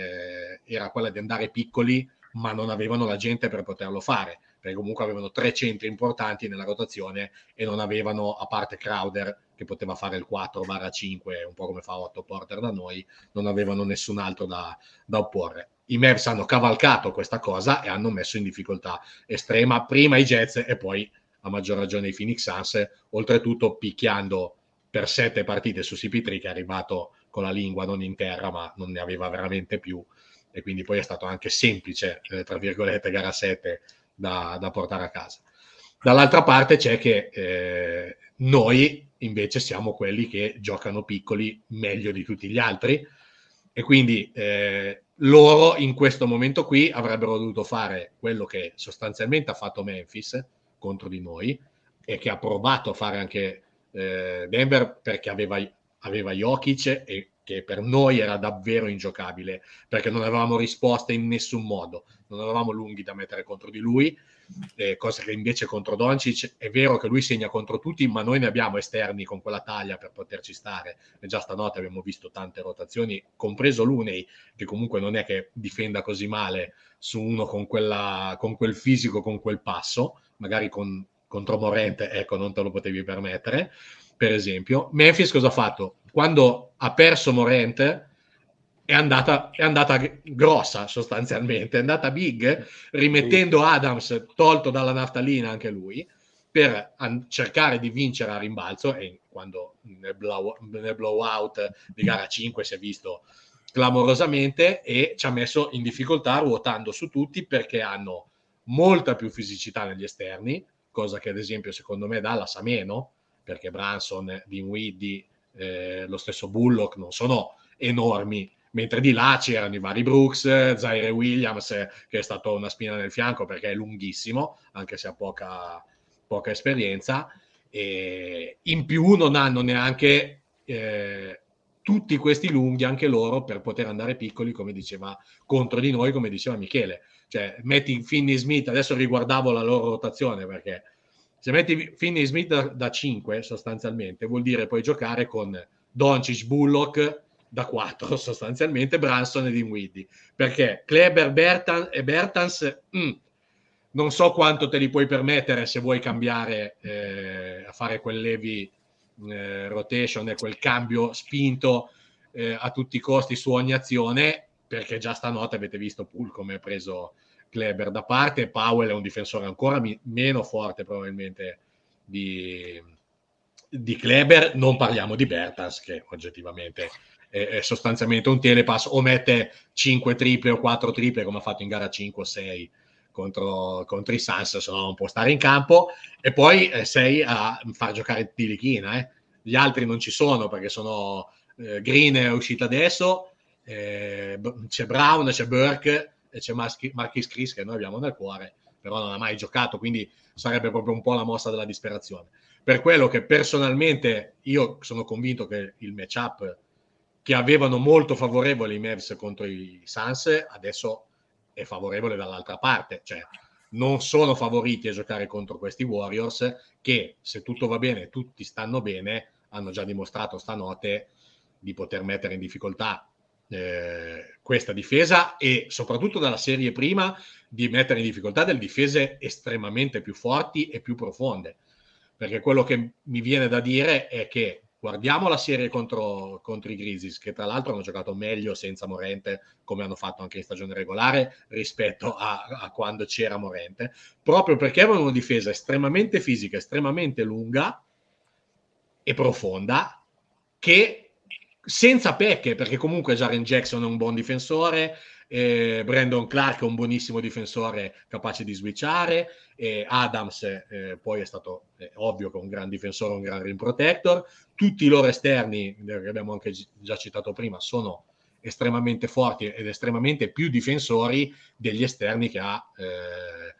era quella di andare piccoli, ma non avevano la gente per poterlo fare, perché comunque avevano 3 centri importanti nella rotazione e non avevano, a parte Crowder che poteva fare il 4/5, un po' come fa Otto Porter da noi, non avevano nessun altro da opporre. I Mavs hanno cavalcato questa cosa e hanno messo in difficoltà estrema prima i Jets e poi a maggior ragione i Phoenix Suns, oltretutto picchiando per 7 partite su CP3, che è arrivato con la lingua non in terra, ma non ne aveva veramente più, e quindi poi è stato anche semplice, tra virgolette, gara 7 da portare a casa. Dall'altra parte c'è che noi invece siamo quelli che giocano piccoli meglio di tutti gli altri, e quindi loro in questo momento qui avrebbero dovuto fare quello che sostanzialmente ha fatto Memphis contro di noi e che ha provato a fare anche Denver, perché aveva Jokic e che per noi era davvero ingiocabile, perché non avevamo risposte in nessun modo, non avevamo lunghi da mettere contro di lui, cosa che invece contro Doncic è vero che lui segna contro tutti, ma noi ne abbiamo esterni con quella taglia per poterci stare, e già stanotte abbiamo visto tante rotazioni, compreso Looney, che comunque non è che difenda così male su uno con quel fisico, con quel passo, magari contro Morant, ecco, non te lo potevi permettere. Per esempio, Memphis cosa ha fatto? Quando ha perso Morant è andata grossa sostanzialmente, è andata big, rimettendo Adams tolto dalla naftalina anche lui, per cercare di vincere a rimbalzo, e quando nel blowout di gara 5 si è visto clamorosamente, e ci ha messo in difficoltà ruotando su tutti, perché hanno molta più fisicità negli esterni, cosa che ad esempio secondo me Dallas ha meno, perché Brunson, Dinwiddie, lo stesso Bullock non sono enormi, mentre di là c'erano i vari Brooks, Zaire Williams, che è stato una spina nel fianco perché è lunghissimo, anche se ha poca esperienza, e in più non hanno neanche tutti questi lunghi anche loro per poter andare piccoli, come diceva contro di noi, come diceva Michele. Cioè metti Finney Smith, adesso riguardavo la loro rotazione, perché se metti Finney Smith da 5 sostanzialmente vuol dire puoi giocare con Doncic, Bullock da 4 sostanzialmente, Brunson e Dinwiddie, perché Kleber, Bertans non so quanto te li puoi permettere se vuoi cambiare a fare quel heavy rotation e quel cambio spinto a tutti i costi su ogni azione, perché già stanotte avete visto Poole come ha preso Kleber da parte. Powell è un difensore ancora meno forte probabilmente di Kleber, non parliamo di Bertans, che oggettivamente è sostanzialmente un telepass, o mette 5 triple o 4 triple come ha fatto in gara 5 o 6 contro i Suns, se no non può stare in campo, e poi sei a far giocare Tilichina, gli altri non ci sono perché sono Green è uscito adesso, c'è Brown, c'è Burke e c'è Marquis Chris che noi abbiamo nel cuore, però non ha mai giocato, quindi sarebbe proprio un po' la mossa della disperazione. Per quello che personalmente io sono convinto che il matchup che avevano molto favorevole i Mavs contro i Suns adesso è favorevole dall'altra parte, cioè non sono favoriti a giocare contro questi Warriors che, se tutto va bene, tutti stanno bene, hanno già dimostrato stanotte di poter mettere in difficoltà questa difesa, e soprattutto dalla serie prima di mettere in difficoltà delle difese estremamente più forti e più profonde, perché quello che mi viene da dire è che guardiamo la serie contro i Grizzlies, che tra l'altro hanno giocato meglio senza Morente, come hanno fatto anche in stagione regolare, rispetto a quando c'era Morente, proprio perché avevano una difesa estremamente fisica, estremamente lunga e profonda, che senza pecche, perché comunque Jaren Jackson è un buon difensore, Brandon Clark è un buonissimo difensore capace di switchare, Adams poi è stato ovvio che è un gran difensore, un gran rim protector, tutti i loro esterni, che abbiamo anche già citato prima, sono estremamente forti ed estremamente più difensori degli esterni che ha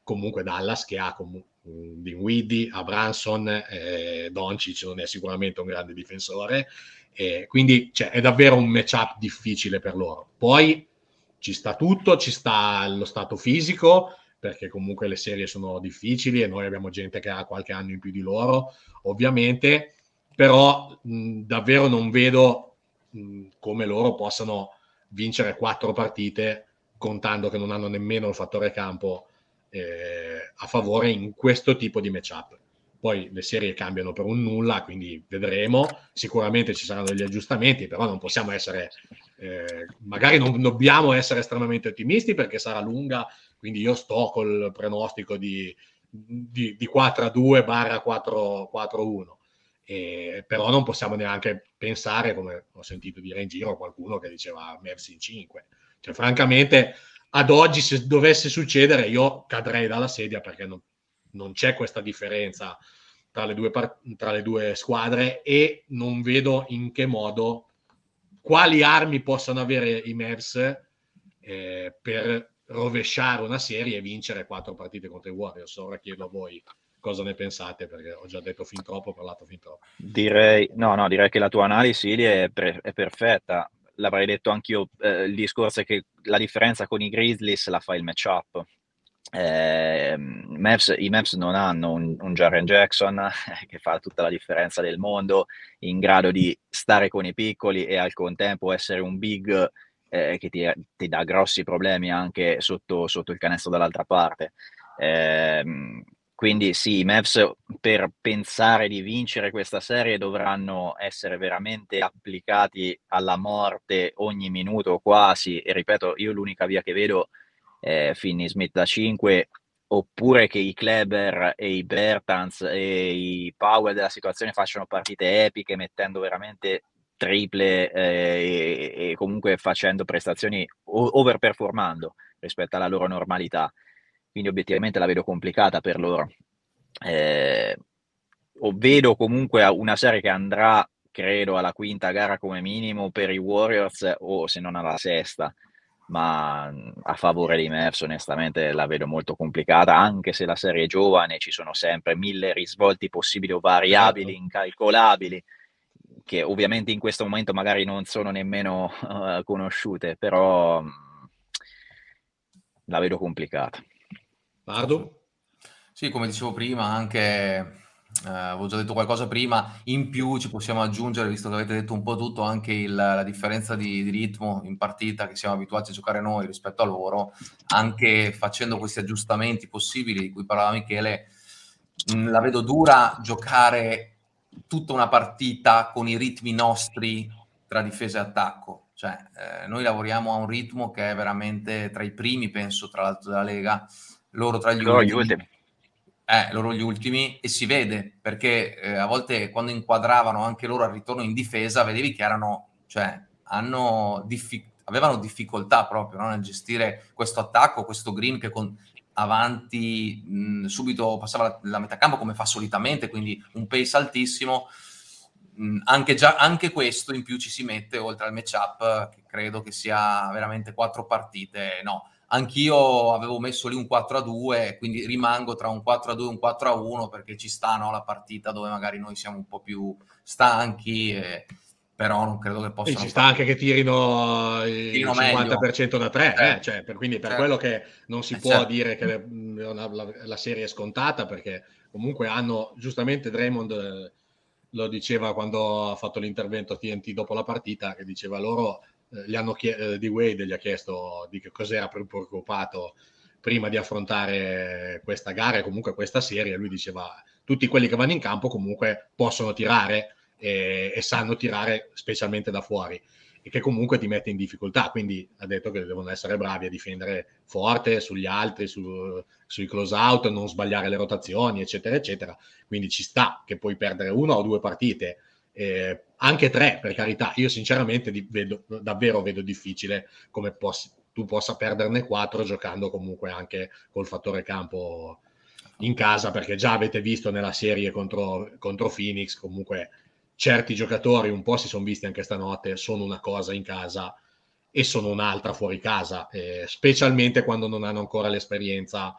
comunque Dallas che ha Dinwiddie, Abramson, Doncic non è sicuramente un grande difensore, quindi è davvero un matchup difficile per loro. Poi ci sta tutto, ci sta lo stato fisico, perché comunque le serie sono difficili e noi abbiamo gente che ha qualche anno in più di loro, ovviamente, però davvero non vedo come loro possano vincere 4 partite contando che non hanno nemmeno il fattore campo a favore in questo tipo di matchup. Poi le serie cambiano per un nulla, quindi vedremo, sicuramente ci saranno degli aggiustamenti, però non possiamo essere magari non dobbiamo essere estremamente ottimisti perché sarà lunga, quindi io sto col pronostico di 4-2 / 4-1, però non possiamo neanche pensare, come ho sentito dire in giro qualcuno che diceva Mavs in 5, cioè francamente ad oggi se dovesse succedere io cadrei dalla sedia perché non c'è questa differenza tra le due squadre e non vedo in che modo, quali armi possano avere i Mavs per rovesciare una serie e vincere 4 partite contro i Warriors. Ora chiedo a voi cosa ne pensate, perché ho già detto fin troppo, ho parlato fin troppo. Direi che la tua analisi è perfetta. L'avrei detto anch'io, il discorso è che la differenza con i Grizzlies la fa il matchup. I Mavs non hanno un Jaren Jackson che fa tutta la differenza del mondo, in grado di stare con i piccoli e al contempo essere un big che ti dà grossi problemi anche sotto il canestro dall'altra parte. Quindi sì, i Mavs per pensare di vincere questa serie dovranno essere veramente applicati alla morte ogni minuto quasi, e ripeto, io l'unica via che vedo è Finney Smith da 5, oppure che i Kleber e i Bertans e i Powell della situazione facciano partite epiche mettendo veramente triple e comunque facendo prestazioni overperformando rispetto alla loro normalità. Quindi obiettivamente la vedo complicata per loro. O vedo comunque una serie che andrà, credo, alla quinta gara come minimo per i Warriors, o se non alla sesta, ma a favore dei Mavs onestamente la vedo molto complicata, anche se la serie è giovane, ci sono sempre 1000 risvolti possibili o variabili, certo, incalcolabili, che ovviamente in questo momento magari non sono nemmeno conosciute, però la vedo complicata. Pardo? Sì, come dicevo prima, anche avevo già detto qualcosa prima, in più ci possiamo aggiungere, visto che avete detto un po' tutto, anche la differenza di ritmo in partita che siamo abituati a giocare noi rispetto a loro, anche facendo questi aggiustamenti possibili di cui parlava Michele, la vedo dura giocare tutta una partita con i ritmi nostri tra difesa e attacco. Cioè, noi lavoriamo a un ritmo che è veramente tra i primi, penso, tra l'altro della Lega, loro tra gli ultimi. Loro gli ultimi, e si vede perché a volte quando inquadravano anche loro al ritorno in difesa vedevi che avevano difficoltà proprio, no, nel gestire questo attacco, questo Green che avanti subito passava la metà campo come fa solitamente, quindi un pace altissimo. Anche questo in più ci si mette oltre al matchup, che credo che sia veramente 4 partite, no. Anch'io avevo messo lì un 4-2, quindi rimango tra un 4-2 e un 4-1 perché ci sta, no, la partita dove magari noi siamo un po' più stanchi, però non credo che possano. E ci sta anche che tirino il 50% da 3, cioè, quindi per quello che non si può dire che la serie è scontata, perché comunque hanno, giustamente Draymond lo diceva quando ha fatto l'intervento a TNT dopo la partita, che diceva loro di Wade gli ha chiesto di che cos'era preoccupato prima di affrontare questa gara e comunque questa serie. Lui diceva tutti quelli che vanno in campo comunque possono tirare e sanno tirare specialmente da fuori, e che comunque ti mette in difficoltà, quindi ha detto che devono essere bravi a difendere forte sugli altri, sui close out, non sbagliare le rotazioni, eccetera eccetera. Quindi ci sta che puoi perdere 1 o 2 partite, anche 3 per carità. Io sinceramente davvero vedo difficile come tu possa perderne 4 giocando comunque anche col fattore campo in casa, perché già avete visto nella serie contro Phoenix comunque certi giocatori un po' si sono visti anche stanotte, sono una cosa in casa e sono un'altra fuori casa, specialmente quando non hanno ancora l'esperienza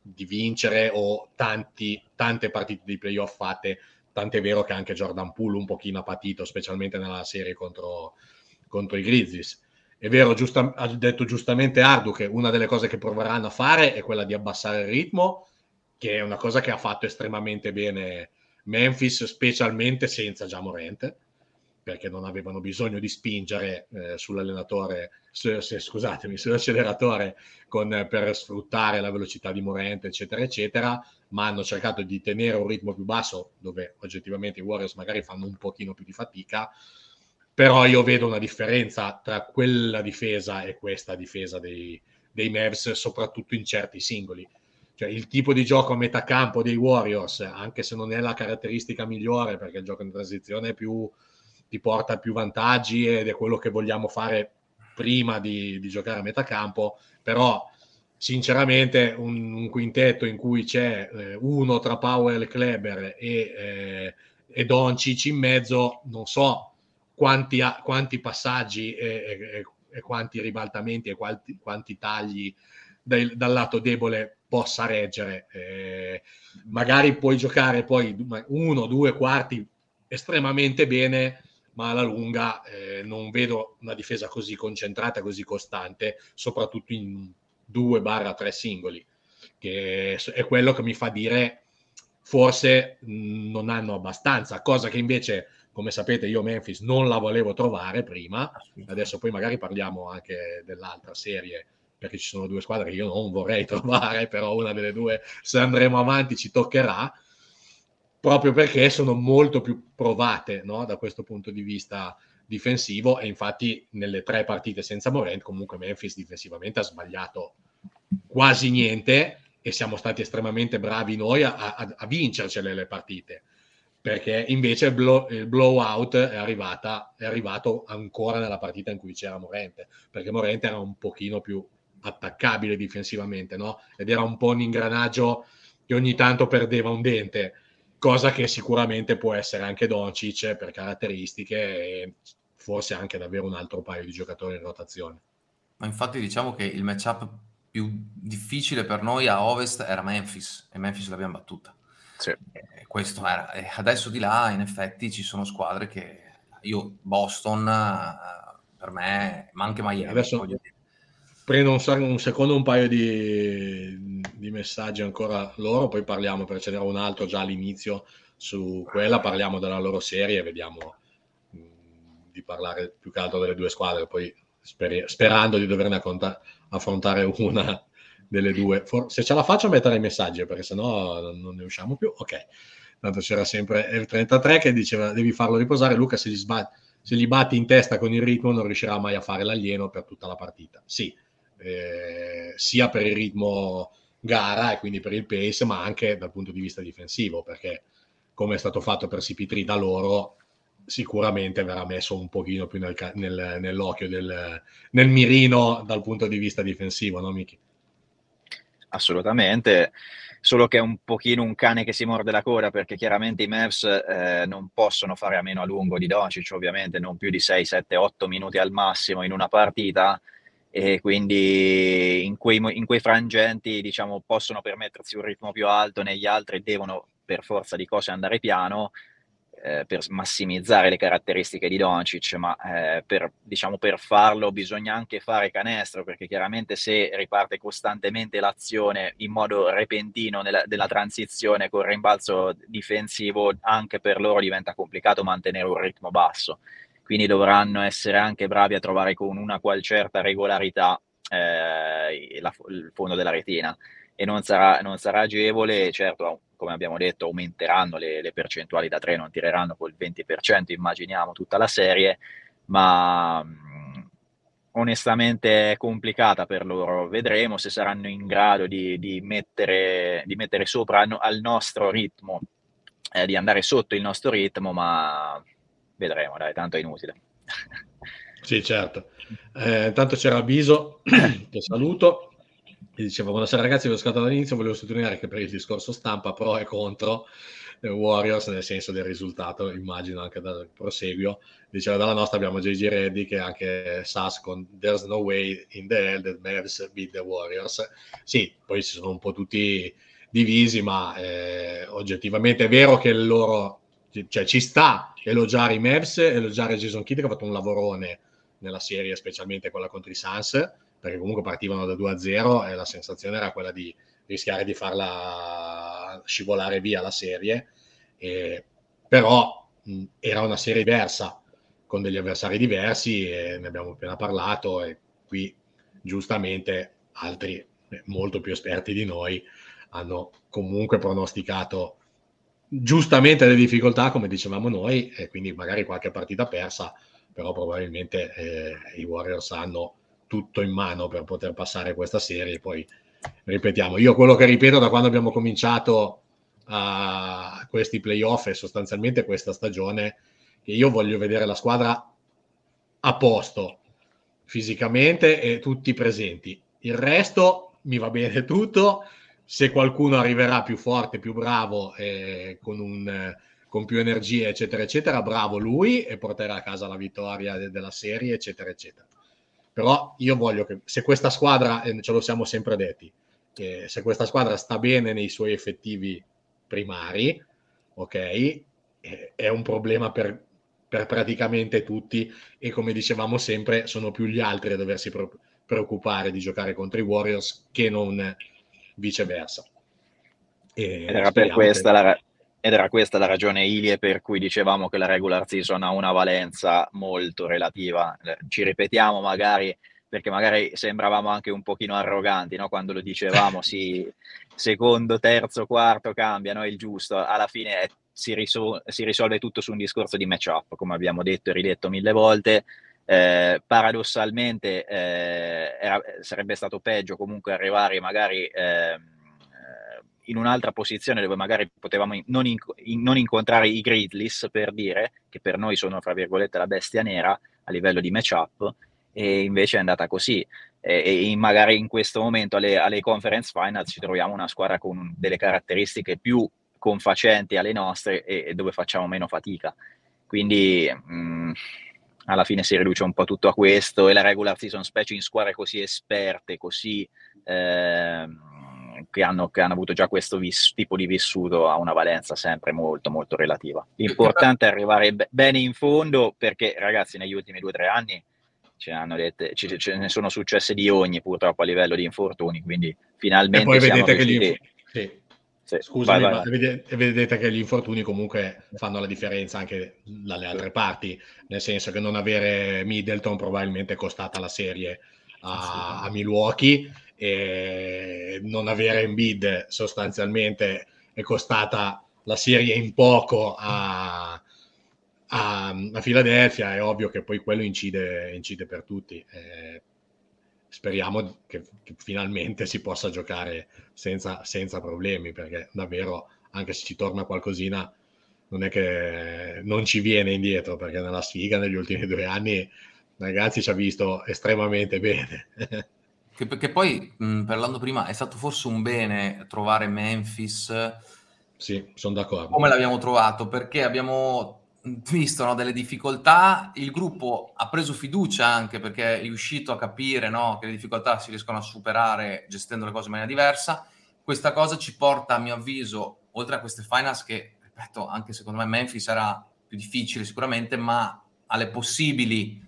vincere o tante partite di playoff fatte, tant'è vero che anche Jordan Poole un pochino ha patito, specialmente nella serie contro i Grizzlies. È vero, ha detto giustamente Ardu che una delle cose che proveranno a fare è quella di abbassare il ritmo, che è una cosa che ha fatto estremamente bene Memphis, specialmente senza Ja Morant, perché non avevano bisogno di spingere sull'allenatore, sull'acceleratore per sfruttare la velocità di Morant, eccetera, eccetera, ma hanno cercato di tenere un ritmo più basso, dove oggettivamente i Warriors magari fanno un pochino più di fatica, però io vedo una differenza tra quella difesa e questa difesa dei Mavs, soprattutto in certi singoli. Cioè, il tipo di gioco a metà campo dei Warriors, anche se non è la caratteristica migliore, perché il gioco in transizione ti porta più vantaggi ed è quello che vogliamo fare prima di giocare a metà campo, però sinceramente un quintetto in cui c'è uno tra Powell e Kleber e Doncic in mezzo, non so quanti passaggi e quanti ribaltamenti e quanti tagli dal lato debole possa reggere. Magari puoi giocare poi 1-2 quarti estremamente bene, ma alla lunga non vedo una difesa così concentrata, così costante, soprattutto in 2-3 singoli, che è quello che mi fa dire forse non hanno abbastanza, cosa che invece, come sapete, io Memphis non la volevo trovare prima. Adesso poi magari parliamo anche dell'altra serie, perché ci sono due squadre che io non vorrei trovare, però una delle due, se andremo avanti, ci toccherà, proprio perché sono molto più provate, no? Da questo punto di vista difensivo, e infatti nelle 3 partite senza Morant comunque Memphis difensivamente ha sbagliato quasi niente, e siamo stati estremamente bravi noi a vincercele le partite, perché invece il blowout è arrivato ancora nella partita in cui c'era Morant, perché Morant era un pochino più attaccabile difensivamente, no? Ed era un po' un ingranaggio che ogni tanto perdeva un dente, cosa che sicuramente può essere anche Doncic per caratteristiche e forse anche davvero un altro paio di giocatori in rotazione. Ma infatti diciamo che il matchup più difficile per noi a Ovest era Memphis, e Memphis l'abbiamo battuta. Sì. Questo era. E adesso di là in effetti ci sono squadre che Boston per me, ma anche Miami, adesso voglio dire. Prendo un secondo un paio di messaggi ancora loro, poi parliamo, perché ce n'era un altro già all'inizio su quella, parliamo della loro serie e vediamo di parlare più che altro delle due squadre, poi sperando di doverne affrontare una delle due. Se ce la faccio a mettere i messaggi, perché sennò non ne usciamo più. Ok, tanto c'era sempre F33 che diceva devi farlo riposare, Luca, se gli batti in testa con il ritmo non riuscirà mai a fare l'alieno per tutta la partita. Sì, sia per il ritmo gara e quindi per il pace, ma anche dal punto di vista difensivo, perché come è stato fatto per CP3 da loro, sicuramente verrà messo un pochino più nell'occhio, nel mirino dal punto di vista difensivo, no Miki? Assolutamente, solo che è un pochino un cane che si morde la coda, perché chiaramente i Mavs non possono fare a meno a lungo di Doncic, ovviamente non più di 6, 7, 8 minuti al massimo in una partita, e quindi in quei frangenti, diciamo, possono permettersi un ritmo più alto, negli altri devono per forza di cose andare piano per massimizzare le caratteristiche di Doncic, ma per farlo bisogna anche fare canestro, perché chiaramente se riparte costantemente l'azione in modo repentino della transizione con rimbalzo difensivo, anche per loro diventa complicato mantenere un ritmo basso, quindi dovranno essere anche bravi a trovare con una qual certa regolarità il fondo della retina, e non sarà agevole. Certo, come abbiamo detto, aumenteranno le percentuali da 3, non tireranno col 20%, immaginiamo, tutta la serie, ma onestamente è complicata per loro. Vedremo se saranno in grado di mettere sopra al nostro ritmo, di andare sotto il nostro ritmo, ma vedremo, dai, tanto è inutile. Sì, certo. Intanto c'era Biso, che saluto, e diceva: buonasera ragazzi, vi ho ascoltato dall'inizio, volevo sottolineare che per il discorso stampa pro e contro Warriors, nel senso del risultato, immagino anche dal proseguio. Diceva dalla nostra abbiamo JJ Reddy che anche Sas con There's no way in the hell that Mavs beat the Warriors. Sì, poi si sono un po' tutti divisi, ma oggettivamente è vero che loro, cioè ci sta elogiare i Mavs, elogiare Jason Kidd che ha fatto un lavorone nella serie, specialmente quella contro i Suns, perché comunque partivano da 2-0 e la sensazione era quella di rischiare di farla scivolare via la serie, però era una serie diversa, con degli avversari diversi, e ne abbiamo appena parlato, e qui giustamente altri molto più esperti di noi hanno comunque pronosticato giustamente le difficoltà, come dicevamo noi, e quindi magari qualche partita persa, però probabilmente i Warriors hanno tutto in mano per poter passare questa serie. Poi ripetiamo, io quello che ripeto da quando abbiamo cominciato a questi playoff e sostanzialmente questa stagione, che io voglio vedere la squadra a posto fisicamente e tutti presenti. Il resto mi va bene tutto. Se qualcuno arriverà più forte, più bravo, con più energie, eccetera, eccetera, bravo lui e porterà a casa la vittoria della serie, eccetera, eccetera. Però io voglio che, se questa squadra, ce lo siamo sempre detti, che se questa squadra sta bene nei suoi effettivi primari, ok, è un problema per praticamente tutti, e come dicevamo sempre sono più gli altri a doversi preoccupare di giocare contro i Warriors che non viceversa. Ed era questa la ragione, Ilie, per cui dicevamo che la regular season ha una valenza molto relativa. Ci ripetiamo magari perché magari sembravamo anche un pochino arroganti, no? Quando lo dicevamo, sì, secondo, terzo, quarto cambia, no? Il giusto. Alla fine si risolve tutto su un discorso di matchup, come abbiamo detto e ridetto 1000 volte. Paradossalmente sarebbe stato peggio comunque arrivare magari in un'altra posizione dove magari potevamo non incontrare i Grizzlies, per dire, che per noi sono fra virgolette la bestia nera a livello di matchup, e invece è andata così, e magari in questo momento alle conference finals ci troviamo una squadra con delle caratteristiche più confacenti alle nostre e dove facciamo meno fatica, quindi alla fine si riduce un po' tutto a questo, e la regular season, specie in squadre così esperte, così che hanno avuto già questo tipo di vissuto, ha una valenza sempre molto molto relativa. L'importante è arrivare bene in fondo, perché ragazzi negli ultimi 2 o 3 anni ce ne sono successe di ogni, purtroppo, a livello di infortuni, quindi finalmente e poi siamo vedete riusciti. Sì. Scusami, vai. vedete che gli infortuni comunque fanno la differenza anche dalle altre parti, nel senso che non avere Middleton probabilmente è costata la serie a Milwaukee, e non avere Embiid sostanzialmente è costata la serie in poco a Philadelphia. È ovvio che poi quello incide per tutti. Speriamo che finalmente si possa giocare senza problemi, perché davvero, anche se ci torna qualcosina, non è che non ci viene indietro, perché nella sfiga negli ultimi 2 anni, ragazzi, ci ha visto estremamente bene. Che poi, parlando prima, è stato forse un bene trovare Memphis. Sì, sono d'accordo. Come l'abbiamo trovato? Perché abbiamo visto, no, delle difficoltà, il gruppo ha preso fiducia anche perché è riuscito a capire, no, che le difficoltà si riescono a superare gestendo le cose in maniera diversa. Questa cosa ci porta, a mio avviso, oltre a queste finals che, ripeto, anche secondo me Memphis era più difficile sicuramente, ma alle possibili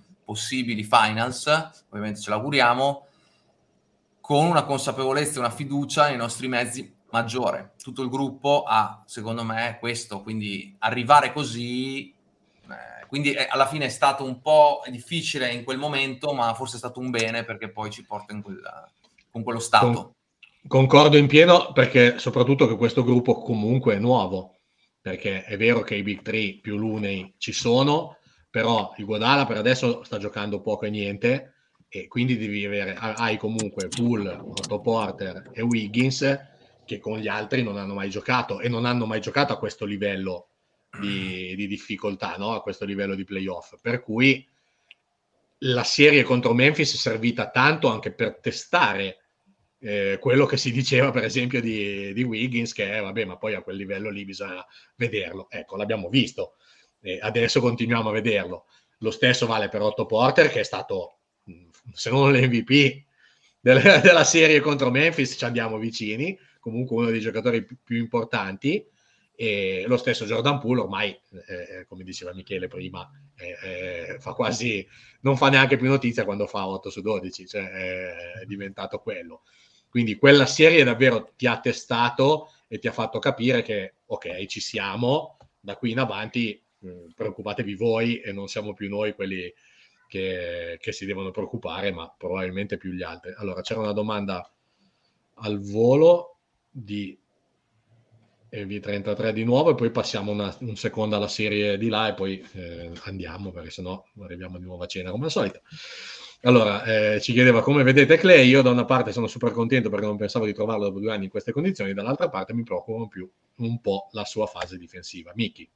finals, ovviamente ce l'auguriamo, con una consapevolezza e una fiducia nei nostri mezzi maggiore. Tutto il gruppo ha, secondo me, questo, quindi arrivare così, quindi alla fine è stato un po' difficile in quel momento, ma forse è stato un bene, perché poi ci porta con quello stato. Concordo in pieno, perché soprattutto che questo gruppo comunque è nuovo, perché è vero che i Big Three più Looney ci sono, però il Iguodala per adesso sta giocando poco e niente, e quindi hai comunque Poole, Otto Porter e Wiggins, che con gli altri non hanno mai giocato, e non hanno mai giocato a questo livello di difficoltà, no? A questo livello di playoff, per cui la serie contro Memphis è servita tanto anche per testare quello che si diceva per esempio di Wiggins, che vabbè, ma poi a quel livello lì bisogna vederlo. Ecco, l'abbiamo visto, adesso continuiamo a vederlo. Lo stesso vale per Otto Porter, che è stato, se non l'MVP della serie contro Memphis, ci andiamo vicini, comunque uno dei giocatori più importanti. E lo stesso Jordan Poole ormai, come diceva Michele prima, fa quasi, non fa neanche più notizia quando fa 8 su 12, cioè è diventato quello. Quindi quella serie davvero ti ha testato e ti ha fatto capire che ok, ci siamo, da qui in avanti preoccupatevi voi e non siamo più noi quelli che si devono preoccupare, ma probabilmente più gli altri. Allora, c'era una domanda al volo di EV33 di nuovo e poi passiamo un secondo alla serie di là e poi andiamo, perché sennò arriviamo di nuovo a cena come al solito. Allora, ci chiedeva come vedete Clay. Io da una parte sono super contento perché non pensavo di trovarlo dopo 2 anni in queste condizioni, dall'altra parte mi preoccupa più un po' la sua fase difensiva. Miki.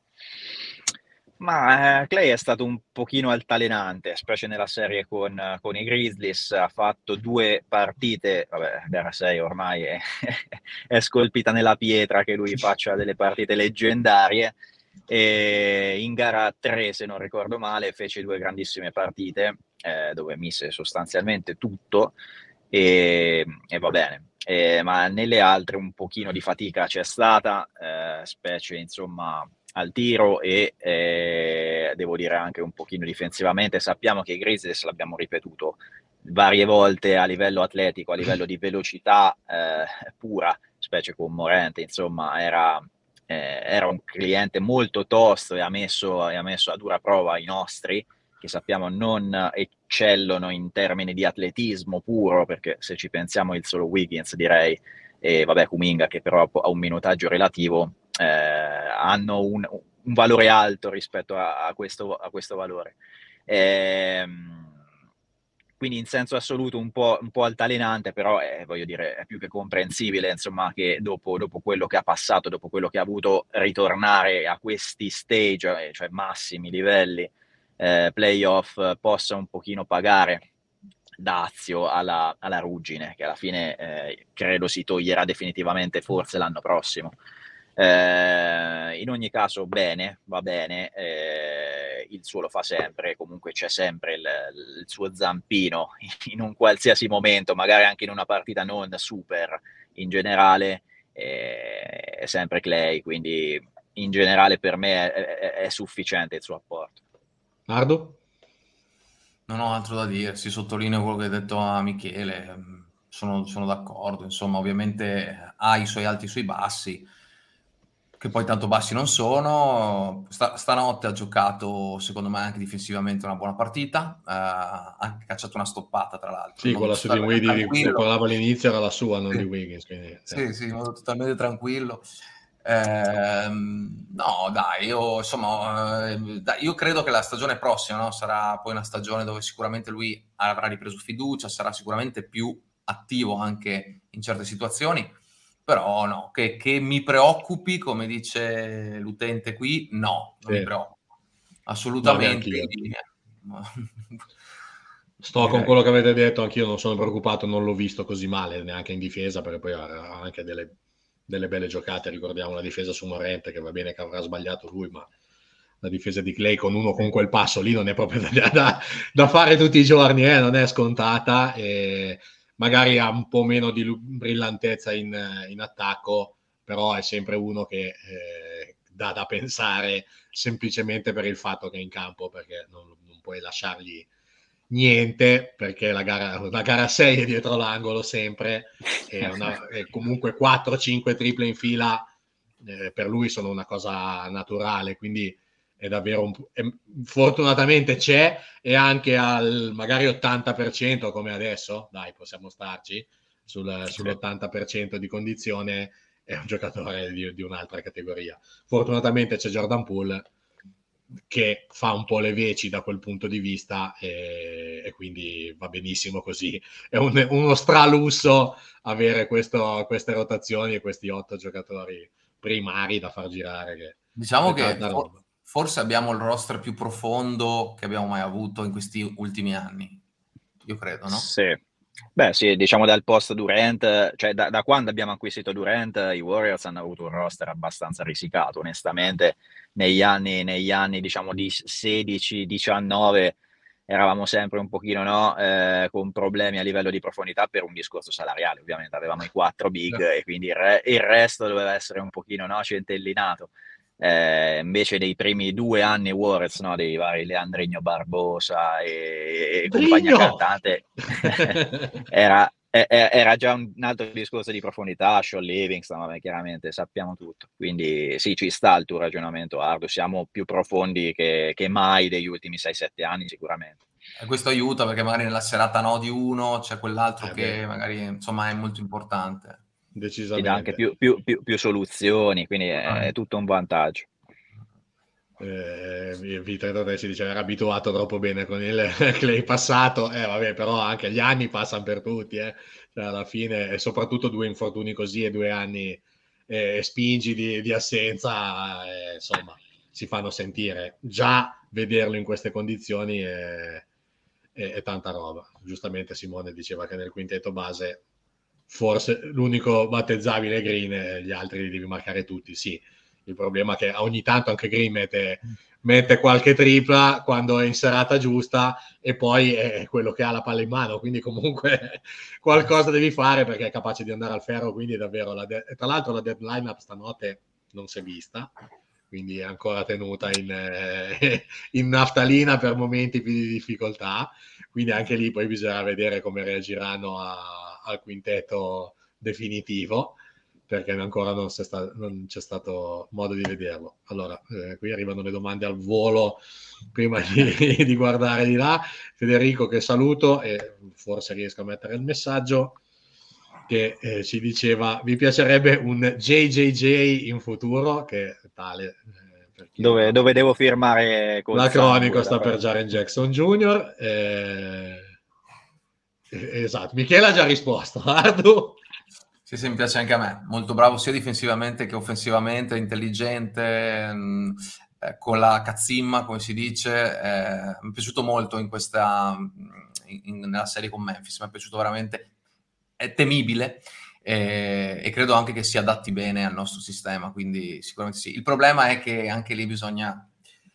Ma Clay è stato un pochino altalenante, specie nella serie con i Grizzlies. Ha fatto 2 partite, vabbè, gara 6 ormai è scolpita nella pietra che lui faccia delle partite leggendarie, e in gara 3, se non ricordo male, fece 2 grandissime partite dove mise sostanzialmente tutto e va bene. Ma nelle altre un pochino di fatica c'è stata, specie insomma al tiro e devo dire anche un pochino difensivamente. Sappiamo che i Grizzlies, l'abbiamo ripetuto varie volte, a livello atletico, a livello di velocità pura, specie con Morant, insomma era un cliente molto tosto e ha messo a dura prova i nostri, che sappiamo non eccellono in termini di atletismo puro, perché se ci pensiamo il solo Wiggins direi, e vabbè Kuminga che però ha un minutaggio relativo, hanno un valore alto rispetto a questo valore. Quindi in senso assoluto un po' altalenante, però voglio dire è più che comprensibile, insomma, che dopo quello che ha passato, dopo quello che ha avuto, ritornare a questi stage, cioè massimi livelli, playoff, possa un pochino pagare dazio alla ruggine, che alla fine credo si toglierà definitivamente forse l'anno prossimo. In ogni caso bene, va bene, il suo lo fa sempre, comunque c'è sempre il suo zampino in un qualsiasi momento, magari anche in una partita non super, in generale è sempre Clay, quindi in generale per me è sufficiente il suo apporto. Nardo? Non ho altro da dire, si sottolinea quello che ha detto a Michele, sono d'accordo, insomma ovviamente ha i suoi alti e i suoi bassi, che poi tanto bassi non sono. Stanotte ha giocato secondo me anche difensivamente una buona partita, ha anche cacciato una stoppata tra l'altro. Sì, quella su Dinwiddie di cui parlavo all'inizio era la sua, non di Wiggins. Quindi, sì, in modo totalmente tranquillo. No, dai, io credo che la stagione prossima, no, sarà poi una stagione dove sicuramente lui avrà ripreso fiducia, sarà sicuramente più attivo anche in certe situazioni, però no, che mi preoccupi, come dice l'utente qui, no, non mi preoccupa, assolutamente. Sto con quello che avete detto, anch'io non sono preoccupato, non l'ho visto così male neanche in difesa, perché poi ha anche delle belle giocate. Ricordiamo la difesa su Morente, che va bene che avrà sbagliato lui, ma la difesa di Clay con uno con quel passo lì non è proprio da fare tutti i giorni, non è scontata, e magari ha un po' meno di brillantezza in attacco, però è sempre uno che dà da pensare semplicemente per il fatto che è in campo, perché non puoi lasciargli niente, perché la gara 6 è dietro l'angolo sempre, e comunque 4-5 triple in fila per lui sono una cosa naturale, quindi è davvero fortunatamente c'è, e anche al magari 80% come adesso, dai, possiamo starci sull'80% di condizione, è un giocatore di un'altra categoria. Fortunatamente c'è Jordan Poole che fa un po' le veci da quel punto di vista, e quindi va benissimo così. È uno stralusso avere queste rotazioni e questi 8 giocatori primari da far girare. Diciamo che forse abbiamo il roster più profondo che abbiamo mai avuto in questi ultimi anni, io credo, no? Sì, Beh sì, diciamo dal post Durant, cioè da quando abbiamo acquisito Durant, i Warriors hanno avuto un roster abbastanza risicato, onestamente, negli anni diciamo di 16-19 eravamo sempre un pochino no, con problemi a livello di profondità per un discorso salariale, ovviamente avevamo i 4 big e quindi il resto doveva essere un pochino no, centellinato. Invece dei primi 2 anni Warriors, no, dei vari Leandrinho Barbosa e compagnia Drigno! cantante, era già un altro discorso di profondità, Sean Livingston, vabbè, chiaramente sappiamo tutto. Quindi sì, ci sta il tuo ragionamento, Ardo, siamo più profondi che mai degli ultimi 6-7 anni sicuramente. E questo aiuta perché magari nella serata no di uno c'è quell'altro Beh, che magari insomma è molto importante. Ti dà anche decisamente. più soluzioni, quindi è tutto un vantaggio. V33 si diceva era abituato troppo bene con il Clay passato, vabbè, però anche gli anni passano per tutti, cioè, alla fine, e soprattutto 2 infortuni così e 2 anni spingi di assenza, insomma, si fanno sentire. Già vederlo in queste condizioni è tanta roba. Giustamente Simone diceva che nel quintetto base forse l'unico battezzabile è Green, gli altri li devi marcare tutti, sì. Il problema è che ogni tanto anche Green mette qualche tripla quando è in serata giusta e poi è quello che ha la palla in mano, quindi comunque qualcosa devi fare perché è capace di andare al ferro, quindi è davvero tra l'altro la deadline up stanotte non si è vista, quindi è ancora tenuta in naftalina per momenti più di difficoltà, quindi anche lì poi bisogna vedere come reagiranno al quintetto definitivo, perché ancora non c'è stato modo di vederlo. Allora, qui arrivano le domande al volo prima di guardare di là. Federico che saluto e forse riesco a mettere il messaggio, che ci diceva vi piacerebbe un JJJ in futuro, che tale per chi non Dove devo firmare col l'acronico sangue? sta per Jaren Jackson Jr. Esatto, Michele ha già risposto. Ardu? Sì, mi piace anche a me, molto bravo sia difensivamente che offensivamente, intelligente, con la cazzimma, come si dice, mi è piaciuto molto nella serie con Memphis, mi è piaciuto veramente, è temibile e credo anche che si adatti bene al nostro sistema, quindi sicuramente sì. Il problema è che anche lì bisogna...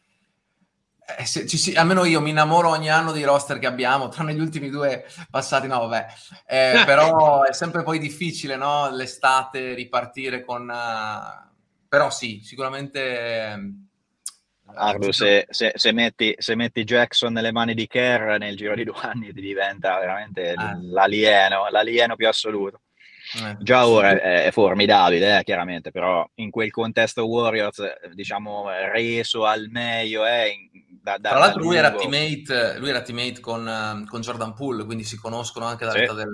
almeno io mi innamoro ogni anno dei roster che abbiamo, tranne gli ultimi 2 passati, no vabbè, però è sempre poi difficile, no? L'estate ripartire con... però sì, sicuramente... Ardo, se metti Jackson nelle mani di Kerr nel giro di 2 anni ti diventa veramente l'alieno più assoluto. Già sì. ora è formidabile, chiaramente, però in quel contesto Warriors, diciamo, reso al meglio Tra da l'altro lui era lungo. teammate con Jordan Poole, quindi si conoscono anche Sì, dall'età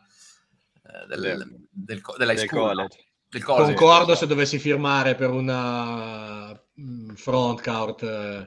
sì, dell'high del school, no? college. Del college, Sì, scusa. sì, Concordo sì. se dovessi firmare per una front court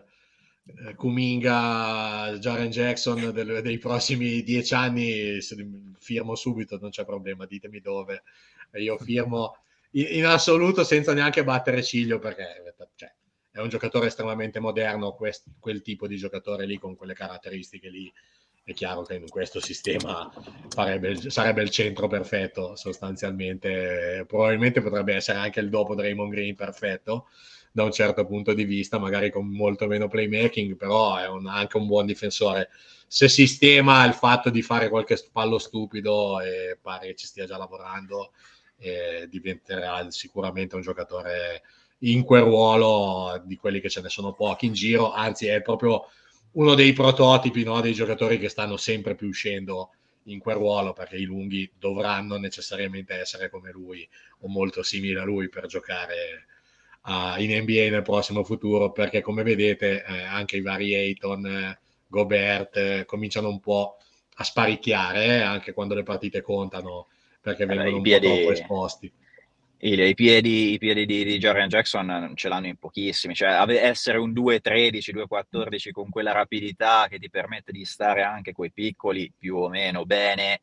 Kuminga, Jaren Jackson dei prossimi 10 anni, firmo subito, non c'è problema, ditemi dove. Io firmo in assoluto senza neanche battere ciglio perché cioè, è un giocatore estremamente moderno, quel tipo di giocatore lì con quelle caratteristiche lì. È chiaro che in questo sistema sarebbe il centro perfetto sostanzialmente, probabilmente potrebbe essere anche il dopo Draymond Green perfetto da un certo punto di vista, magari con molto meno playmaking, però è anche un buon difensore. Se sistema il fatto di fare qualche fallo stupido e pare che ci stia già lavorando, diventerà sicuramente un giocatore in quel ruolo di quelli che ce ne sono pochi in giro, anzi è proprio uno dei prototipi, no, dei giocatori che stanno sempre più uscendo in quel ruolo, perché i lunghi dovranno necessariamente essere come lui o molto simili a lui per giocare in NBA nel prossimo futuro, perché come vedete anche i vari Ayton, Gobert cominciano un po' a sparicchiare, anche quando le partite contano, perché Beh, vengono un po' troppo esposti. I piedi di Jaren Jackson ce l'hanno in pochissimi, cioè essere un 2-13, 2-14 con quella rapidità che ti permette di stare anche coi piccoli più o meno bene,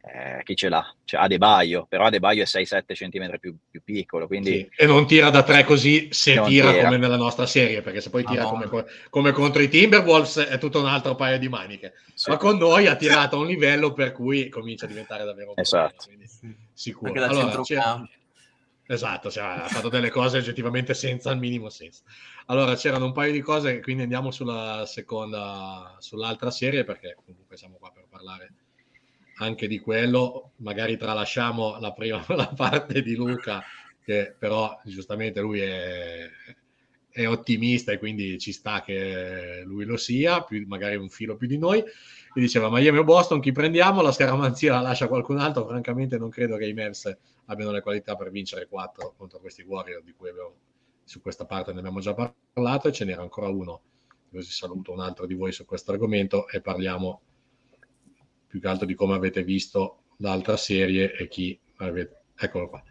chi ce l'ha? C'è Adebayo, però Adebayo è 6-7 centimetri più piccolo, quindi... Sì, e non tira da 3 così, se non tira tira. come nella nostra serie, perché se poi tira Madonna. come contro i Timberwolves è tutto un altro paio di maniche. Sì. Ma con noi ha tirato a un livello per cui comincia a diventare davvero un problema, Esatto. quindi sicuro. Anche da Allora, centrocampo. esatto, cioè, ha fatto delle cose oggettivamente senza il minimo senso. Allora, c'erano un paio di cose, quindi andiamo sull'altra serie, perché comunque siamo qua per parlare anche di quello. Magari tralasciamo la parte di Luca, che però giustamente lui è ottimista e quindi ci sta che lui lo sia, magari un filo più di noi. E diceva Miami o Boston, chi prendiamo? La scaramanzia la lascia qualcun altro. Francamente non credo che i Mavs abbiano le qualità per vincere 4 contro questi Warrior, di cui su questa parte ne abbiamo già parlato, e ce n'era ancora uno, così saluto un altro di voi su questo argomento e parliamo più che altro di come avete visto l'altra serie e chi avete... Eccolo qua.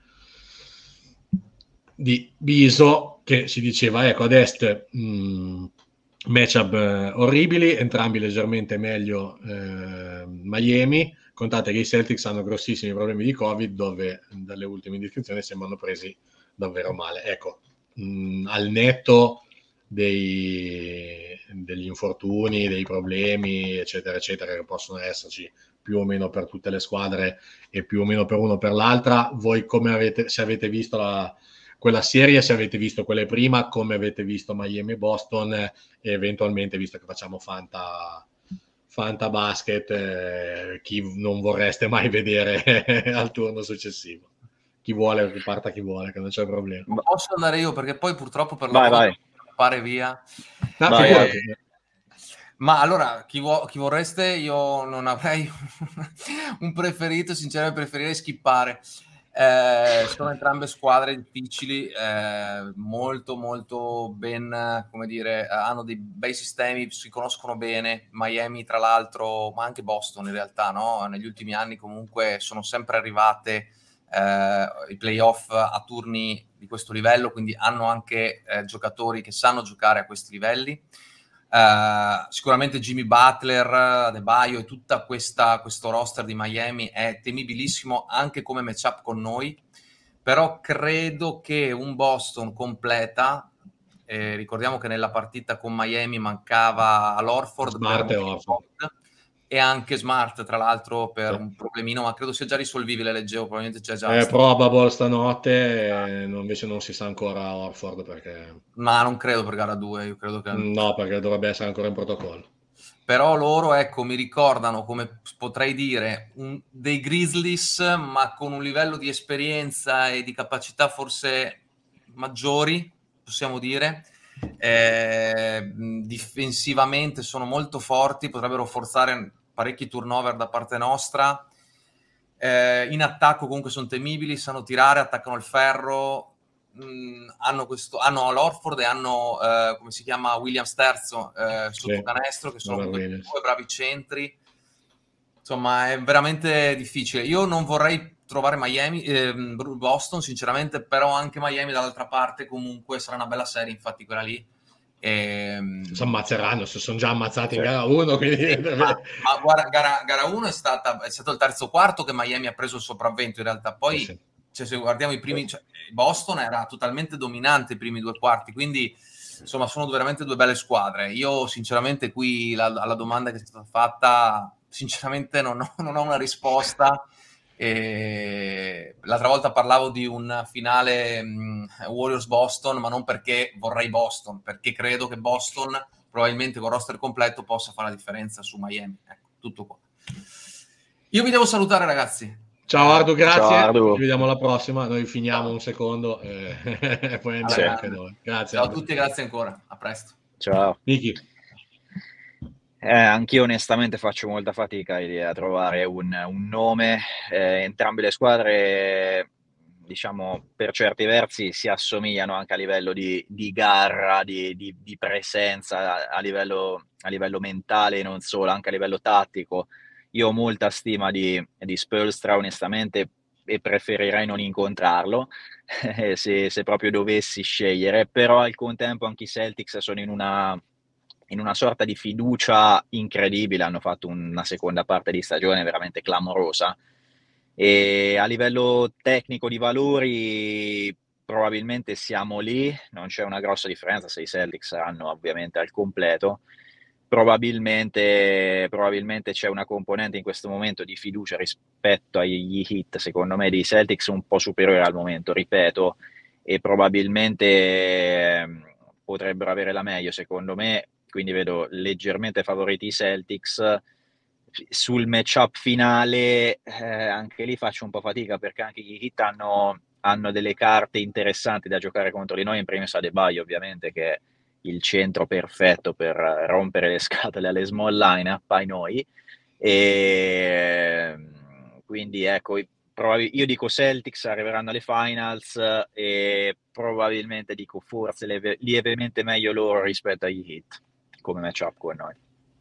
Di Biso, che si diceva, ecco, ad est matchup orribili, entrambi leggermente meglio Miami. Contate che i Celtics hanno grossissimi problemi di Covid, dove dalle ultime indiscrezioni sembrano presi davvero male. Ecco, al netto degli infortuni, dei problemi, eccetera, eccetera, che possono esserci più o meno per tutte le squadre e più o meno per uno o per l'altra, voi se avete visto quella serie, se avete visto quelle prima, come avete visto Miami e Boston, e eventualmente, visto che facciamo Fanta Basket, chi non vorreste mai vedere al turno successivo? Chi vuole, parta chi vuole, che non c'è problema. Posso andare io, perché poi purtroppo per Vai. devo fare via. Ma allora, chi vorreste? Io non avrei un preferito, sinceramente preferirei skippare. Sono entrambe squadre difficili, molto molto ben, come dire, hanno dei bei sistemi, si conoscono bene. Miami tra l'altro, ma anche Boston in realtà, no? Negli ultimi anni comunque sono sempre arrivate i playoff a turni di questo livello, quindi hanno anche giocatori che sanno giocare a questi livelli. Sicuramente Jimmy Butler, Adebayo e tutta questo roster di Miami è temibilissimo anche come matchup con noi, però credo che un Boston completa, ricordiamo che nella partita con Miami mancava l'Orford e anche Smart, tra l'altro, per un problemino, ma credo sia già risolvibile, leggevo, probabilmente c'è già. È probable stanotte, invece non si sa ancora Orford, perché... Ma non credo per gara 2, io credo che... No, perché dovrebbe essere ancora in protocollo. Però loro, ecco, mi ricordano, come potrei dire, dei Grizzlies, ma con un livello di esperienza e di capacità forse maggiori, possiamo dire. Difensivamente sono molto forti, potrebbero forzare parecchi turnover da parte nostra. In attacco comunque sono temibili, sanno tirare, attaccano il ferro. Hanno l'Orford e hanno come si chiama Williams terzo sotto canestro, che sono due bravi centri. Insomma, è veramente difficile. Io non vorrei trovare Boston sinceramente, però anche Miami dall'altra parte comunque sarà una bella serie, infatti quella lì si ammazzeranno, si sono già ammazzati in gara 1, quindi... ma guarda, gara 1 è stato il terzo quarto che Miami ha preso il sopravvento in realtà, poi cioè, se guardiamo i primi, Boston era totalmente dominante i primi 2 quarti, quindi insomma sono veramente 2 belle squadre. Io sinceramente qui alla domanda che è stata fatta sinceramente non ho una risposta. L'altra volta parlavo di un finale Warriors-Boston, ma non perché vorrei Boston, perché credo che Boston probabilmente con roster completo possa fare la differenza su Miami. Ecco, tutto qua. Io vi devo salutare, ragazzi. Ciao Ardu, grazie. Ciao, Ardu. Ci vediamo alla prossima. Noi finiamo un secondo e poi andiamo anche noi. Grazie. Ciao a tutti e grazie ancora. A presto. Ciao. Miki. Anch'io onestamente faccio molta fatica a trovare un nome. Entrambe le squadre, diciamo, per certi versi si assomigliano anche a livello di garra, di presenza, a livello mentale, non solo, anche a livello tattico. Io ho molta stima di Spoelstra onestamente, e preferirei non incontrarlo se proprio dovessi scegliere, però al contempo anche i Celtics sono in una sorta di fiducia incredibile, hanno fatto una seconda parte di stagione veramente clamorosa, E a livello tecnico di valori probabilmente siamo lì, non c'è una grossa differenza se i Celtics saranno ovviamente al completo. Probabilmente c'è una componente in questo momento di fiducia rispetto agli Heat, secondo me, dei Celtics un po' superiore al momento, ripeto, e probabilmente potrebbero avere la meglio, secondo me, quindi vedo leggermente favoriti i Celtics. Sul matchup finale anche lì faccio un po' fatica, perché anche gli Heat hanno delle carte interessanti da giocare contro di noi, in primis Adebayo ovviamente, che è il centro perfetto per rompere le scatole alle small lineup ai noi, e quindi ecco, io dico Celtics arriveranno alle finals, e probabilmente dico forse lievemente meglio loro rispetto agli Heat come matchup con noi.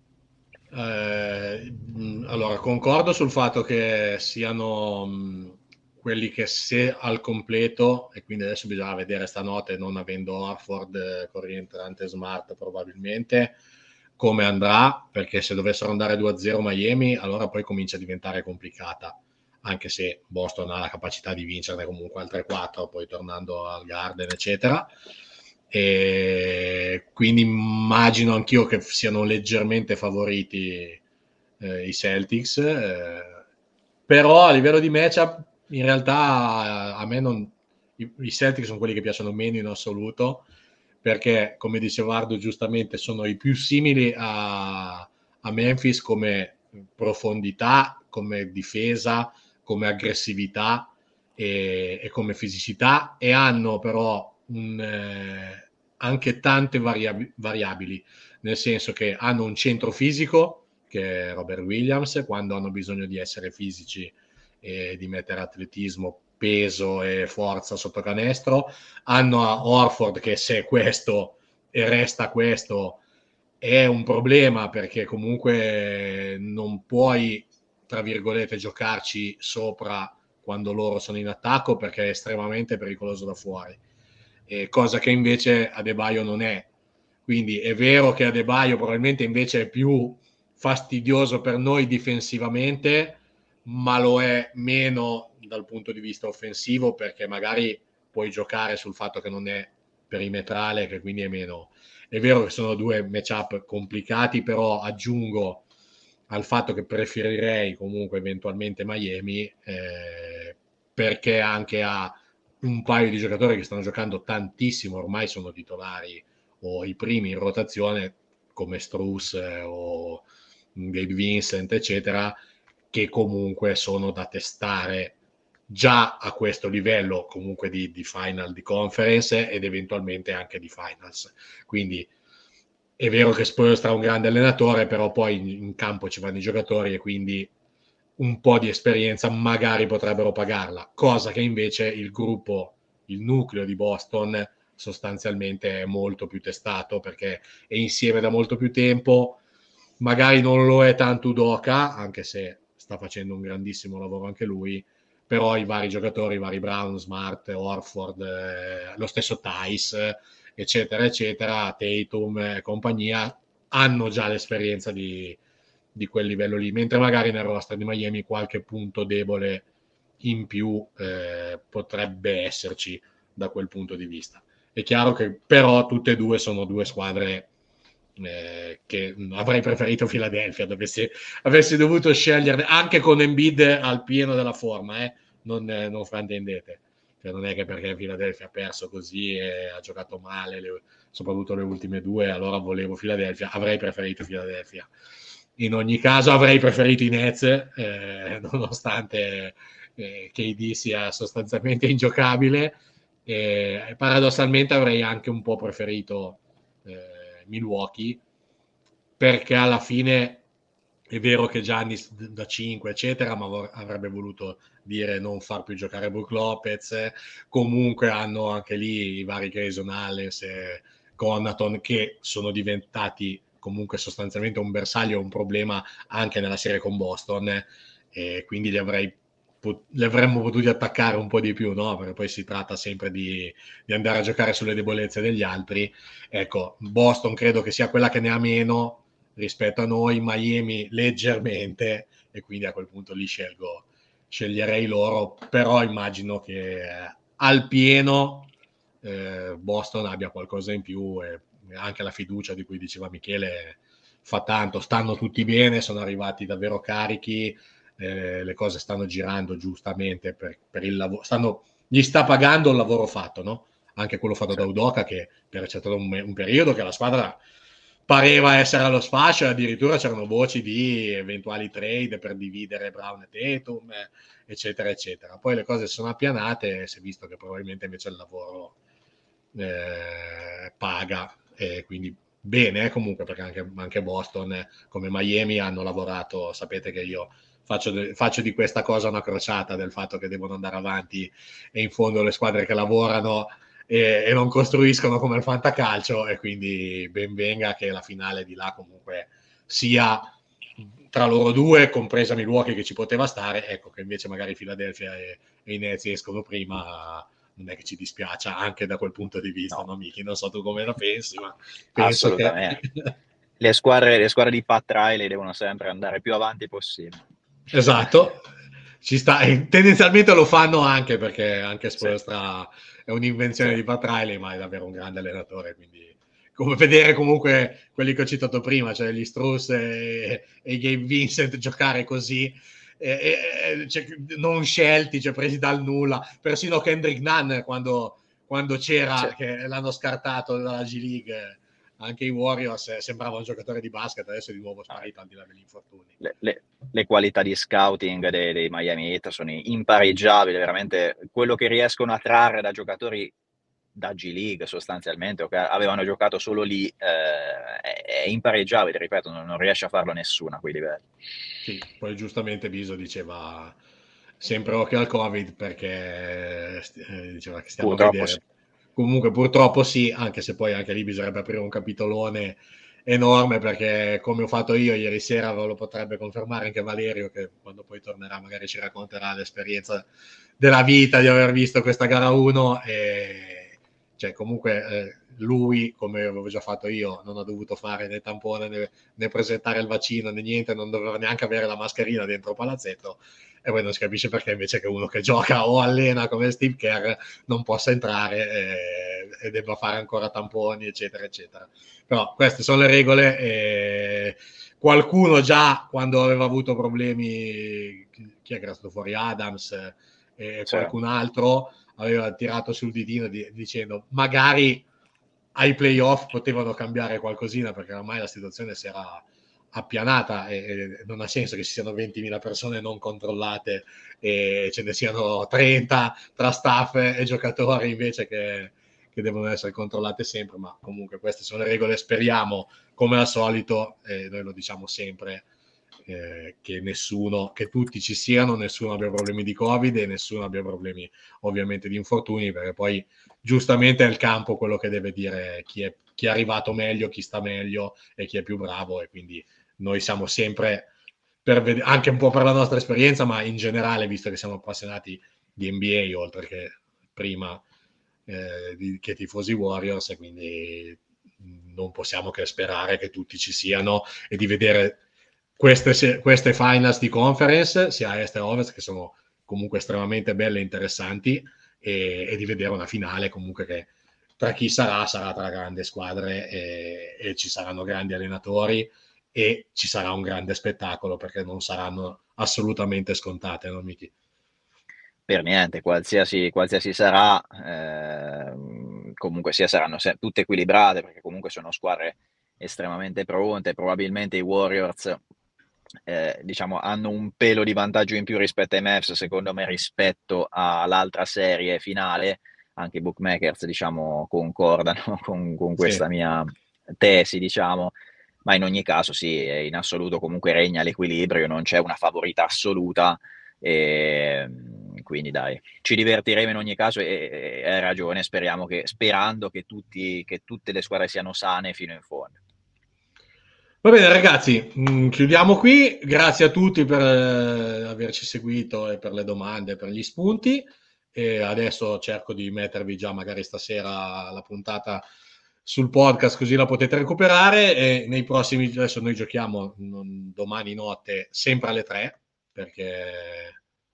Allora, concordo sul fatto che siano quelli che, se al completo, e quindi adesso bisogna vedere stanotte, non avendo Horford con rientrante Smart probabilmente, come andrà, perché se dovessero andare 2-0 Miami, allora poi comincia a diventare complicata, anche se Boston ha la capacità di vincerne comunque altre 4, poi tornando al Garden, eccetera. E quindi immagino anch'io che siano leggermente favoriti i Celtics, però a livello di matchup in realtà a me non, i Celtics sono quelli che piacciono meno in assoluto, perché come diceva Ardo giustamente sono i più simili a Memphis come profondità, come difesa, come aggressività e come fisicità, e hanno però anche tante variabili, nel senso che hanno un centro fisico che è Robert Williams, quando hanno bisogno di essere fisici e di mettere atletismo, peso e forza sotto canestro. Hanno a Horford che, se è questo e resta questo, è un problema, perché comunque non puoi, tra virgolette, giocarci sopra quando loro sono in attacco, perché è estremamente pericoloso da fuori, cosa che invece Adebayo non è. Quindi è vero che Adebayo probabilmente invece è più fastidioso per noi difensivamente, ma lo è meno dal punto di vista offensivo, perché magari puoi giocare sul fatto che non è perimetrale, che quindi è meno. È vero che sono due matchup complicati, però aggiungo al fatto che preferirei comunque eventualmente Miami, perché anche ha un paio di giocatori che stanno giocando tantissimo, ormai sono titolari o i primi in rotazione, come Strus o Gabe Vincent, eccetera, che comunque sono da testare già a questo livello comunque di final di conference ed eventualmente anche di finals. Quindi è vero che Spoelstra è un grande allenatore, però poi in campo ci vanno i giocatori e quindi un po' di esperienza magari potrebbero pagarla, cosa che invece il gruppo, il nucleo di Boston sostanzialmente è molto più testato, perché è insieme da molto più tempo. Magari non lo è tanto Udoka, anche se sta facendo un grandissimo lavoro anche lui, però i vari giocatori, i vari Brown, Smart, Horford, lo stesso Tice, eccetera, eccetera, Tatum e compagnia, hanno già l'esperienza di quel livello lì, mentre magari nel roster di Miami qualche punto debole in più potrebbe esserci da quel punto di vista. È chiaro che però tutte e due sono due squadre che avrei preferito Philadelphia, avessi dovuto sceglierne, anche con Embiid al pieno della forma, non fraintendete. Cioè, non è che perché Philadelphia ha perso così e ha giocato male, soprattutto le ultime due, allora volevo Philadelphia, avrei preferito Philadelphia. In ogni caso avrei preferito i Nets, nonostante KD sia sostanzialmente ingiocabile. Paradossalmente avrei anche un po' preferito Milwaukee, perché alla fine è vero che Giannis da 5 eccetera, ma avrebbe voluto dire non far più giocare Brook Lopez. Comunque hanno anche lì i vari Grayson Allen e Connaughton, che sono diventati comunque sostanzialmente un bersaglio, un problema anche nella serie con Boston, e quindi li avremmo potuti attaccare un po' di più, no? Perché poi si tratta sempre di andare a giocare sulle debolezze degli altri. Ecco, Boston credo che sia quella che ne ha meno rispetto a noi, Miami leggermente, e quindi a quel punto lì scelgo sceglierei loro, però immagino che al pieno Boston abbia qualcosa in più, e anche la fiducia di cui diceva Michele fa tanto, stanno tutti bene, sono arrivati davvero carichi, le cose stanno girando giustamente per il lavoro, gli sta pagando il lavoro fatto, no? Anche quello fatto da Udoka, che c'è stato un periodo che la squadra pareva essere allo sfascio, addirittura c'erano voci di eventuali trade per dividere Brown e Tatum, eccetera eccetera. Poi le cose sono appianate e si è visto che probabilmente invece il lavoro paga, e quindi bene comunque, perché anche Boston come Miami hanno lavorato. Sapete che io faccio di questa cosa una crociata, del fatto che devono andare avanti, e in fondo le squadre che lavorano e non costruiscono come il fantacalcio, e quindi ben venga che la finale di là comunque sia tra loro due, compresa Milwaukee che ci poteva stare. Ecco, che invece magari Philadelphia e i Nets escono prima, non è che ci dispiaccia anche da quel punto di vista, no Miki? Non so tu come la pensi, ma penso assolutamente che le squadre di Pat Riley devono sempre andare più avanti possibile. Esatto, ci sta, e tendenzialmente lo fanno anche perché anche Spoelstra è un'invenzione di Pat Riley, ma è davvero un grande allenatore, quindi come vedere comunque quelli che ho citato prima, cioè gli Strus e Gabe Vincent giocare così, cioè, non scelti, cioè presi dal nulla, persino Kendrick Nunn quando c'era, che l'hanno scartato dalla G League, anche i Warriors, sembrava un giocatore di basket, adesso è di nuovo sparito al di là degli infortuni. Le qualità di scouting dei Miami Heat sono impareggiabili, veramente quello che riescono a trarre da giocatori da G League sostanzialmente, o che avevano giocato solo lì, è impareggiabile, ripeto, non riesce a farlo nessuno a quei livelli. Sì, poi giustamente Biso diceva sempre occhio al Covid, perché diceva che stiamo Purtroppo a vedere. sì. Comunque purtroppo sì, anche se poi anche lì bisognerebbe aprire un capitolone enorme, perché come ho fatto io ieri sera, ve lo potrebbe confermare anche Valerio, che quando poi tornerà magari ci racconterà l'esperienza della vita di aver visto questa gara 1, e cioè comunque lui, come avevo già fatto io, non ha dovuto fare né tampone né presentare il vaccino né niente, non doveva neanche avere la mascherina dentro il palazzetto, e poi non si capisce perché invece che uno che gioca o allena come Steve Kerr non possa entrare e debba fare ancora tamponi, eccetera eccetera. Però queste sono le regole. Qualcuno già, quando aveva avuto problemi, chi è che era stato fuori, Adams e qualcun altro, aveva tirato sul ditino dicendo magari ai playoff potevano cambiare qualcosina, perché ormai la situazione si era appianata e non ha senso che ci siano 20.000 persone non controllate e ce ne siano 30 tra staff e giocatori invece che devono essere controllate sempre. Ma comunque queste sono le regole, speriamo come al solito, noi lo diciamo sempre, che tutti ci siano, nessuno abbia problemi di Covid e nessuno abbia problemi ovviamente di infortuni, perché poi giustamente è il campo quello che deve dire chi è arrivato meglio, chi sta meglio e chi è più bravo, e quindi noi siamo sempre, anche un po' per la nostra esperienza, ma in generale, visto che siamo appassionati di NBA oltre che prima che tifosi Warriors, e quindi non possiamo che sperare che tutti ci siano e di vedere queste finals di conference, sia est che ovest, che sono comunque estremamente belle e interessanti, e di vedere una finale comunque che tra chi sarà tra grandi squadre, e ci saranno grandi allenatori e ci sarà un grande spettacolo, perché non saranno assolutamente scontate, no Miki? Per niente, qualsiasi sarà, comunque sia saranno tutte equilibrate, perché comunque sono squadre estremamente pronte. Probabilmente i Warriors diciamo hanno un pelo di vantaggio in più rispetto ai Mavs, secondo me, rispetto all'altra serie finale. Anche i bookmakers, diciamo, concordano con questa mia tesi, diciamo, ma in ogni caso sì, in assoluto comunque regna l'equilibrio, non c'è una favorita assoluta, e quindi dai, ci divertiremo in ogni caso, e hai ragione, sperando che tutte le squadre siano sane fino in fondo. Va bene ragazzi, chiudiamo qui, grazie a tutti per averci seguito e per le domande, per gli spunti, e adesso cerco di mettervi già magari stasera la puntata sul podcast, così la potete recuperare, e nei prossimi, adesso noi giochiamo domani notte sempre alle 3, perché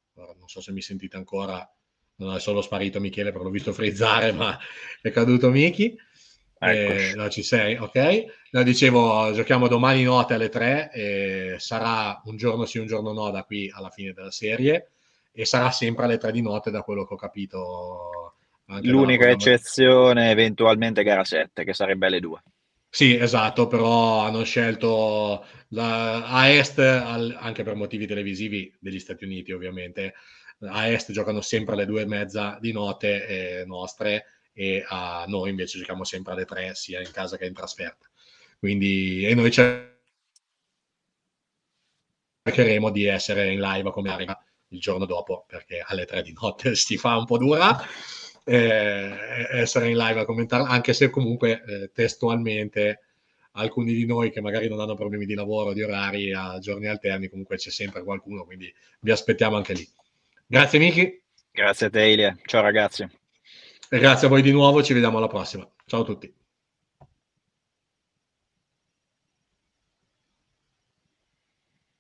non so se mi sentite ancora, non è solo sparito Michele perché l'ho visto frizzare, ma è caduto Miki. No, ci sei, ok. No, dicevo, giochiamo domani notte alle 3 e sarà un giorno sì, un giorno no da qui alla fine della serie, e sarà sempre alle 3 di notte da quello che ho capito. L'unica eccezione eventualmente gara 7, che sarebbe alle 2. Sì, esatto, però hanno scelto a Est, anche per motivi televisivi degli Stati Uniti ovviamente, a Est giocano sempre alle 2:30 di notte nostre, e a noi invece giochiamo sempre alle 3 sia in casa che in trasferta. Quindi, e noi cercheremo di essere in live come arriva il giorno dopo, perché alle 3 di notte si fa un po' dura essere in live a commentare, anche se comunque testualmente alcuni di noi che magari non hanno problemi di lavoro, di orari a giorni alterni, comunque c'è sempre qualcuno, quindi vi aspettiamo anche lì. Grazie Miki. Grazie a te Ilie, ciao ragazzi. E grazie a voi di nuovo, ci vediamo alla prossima. Ciao a tutti.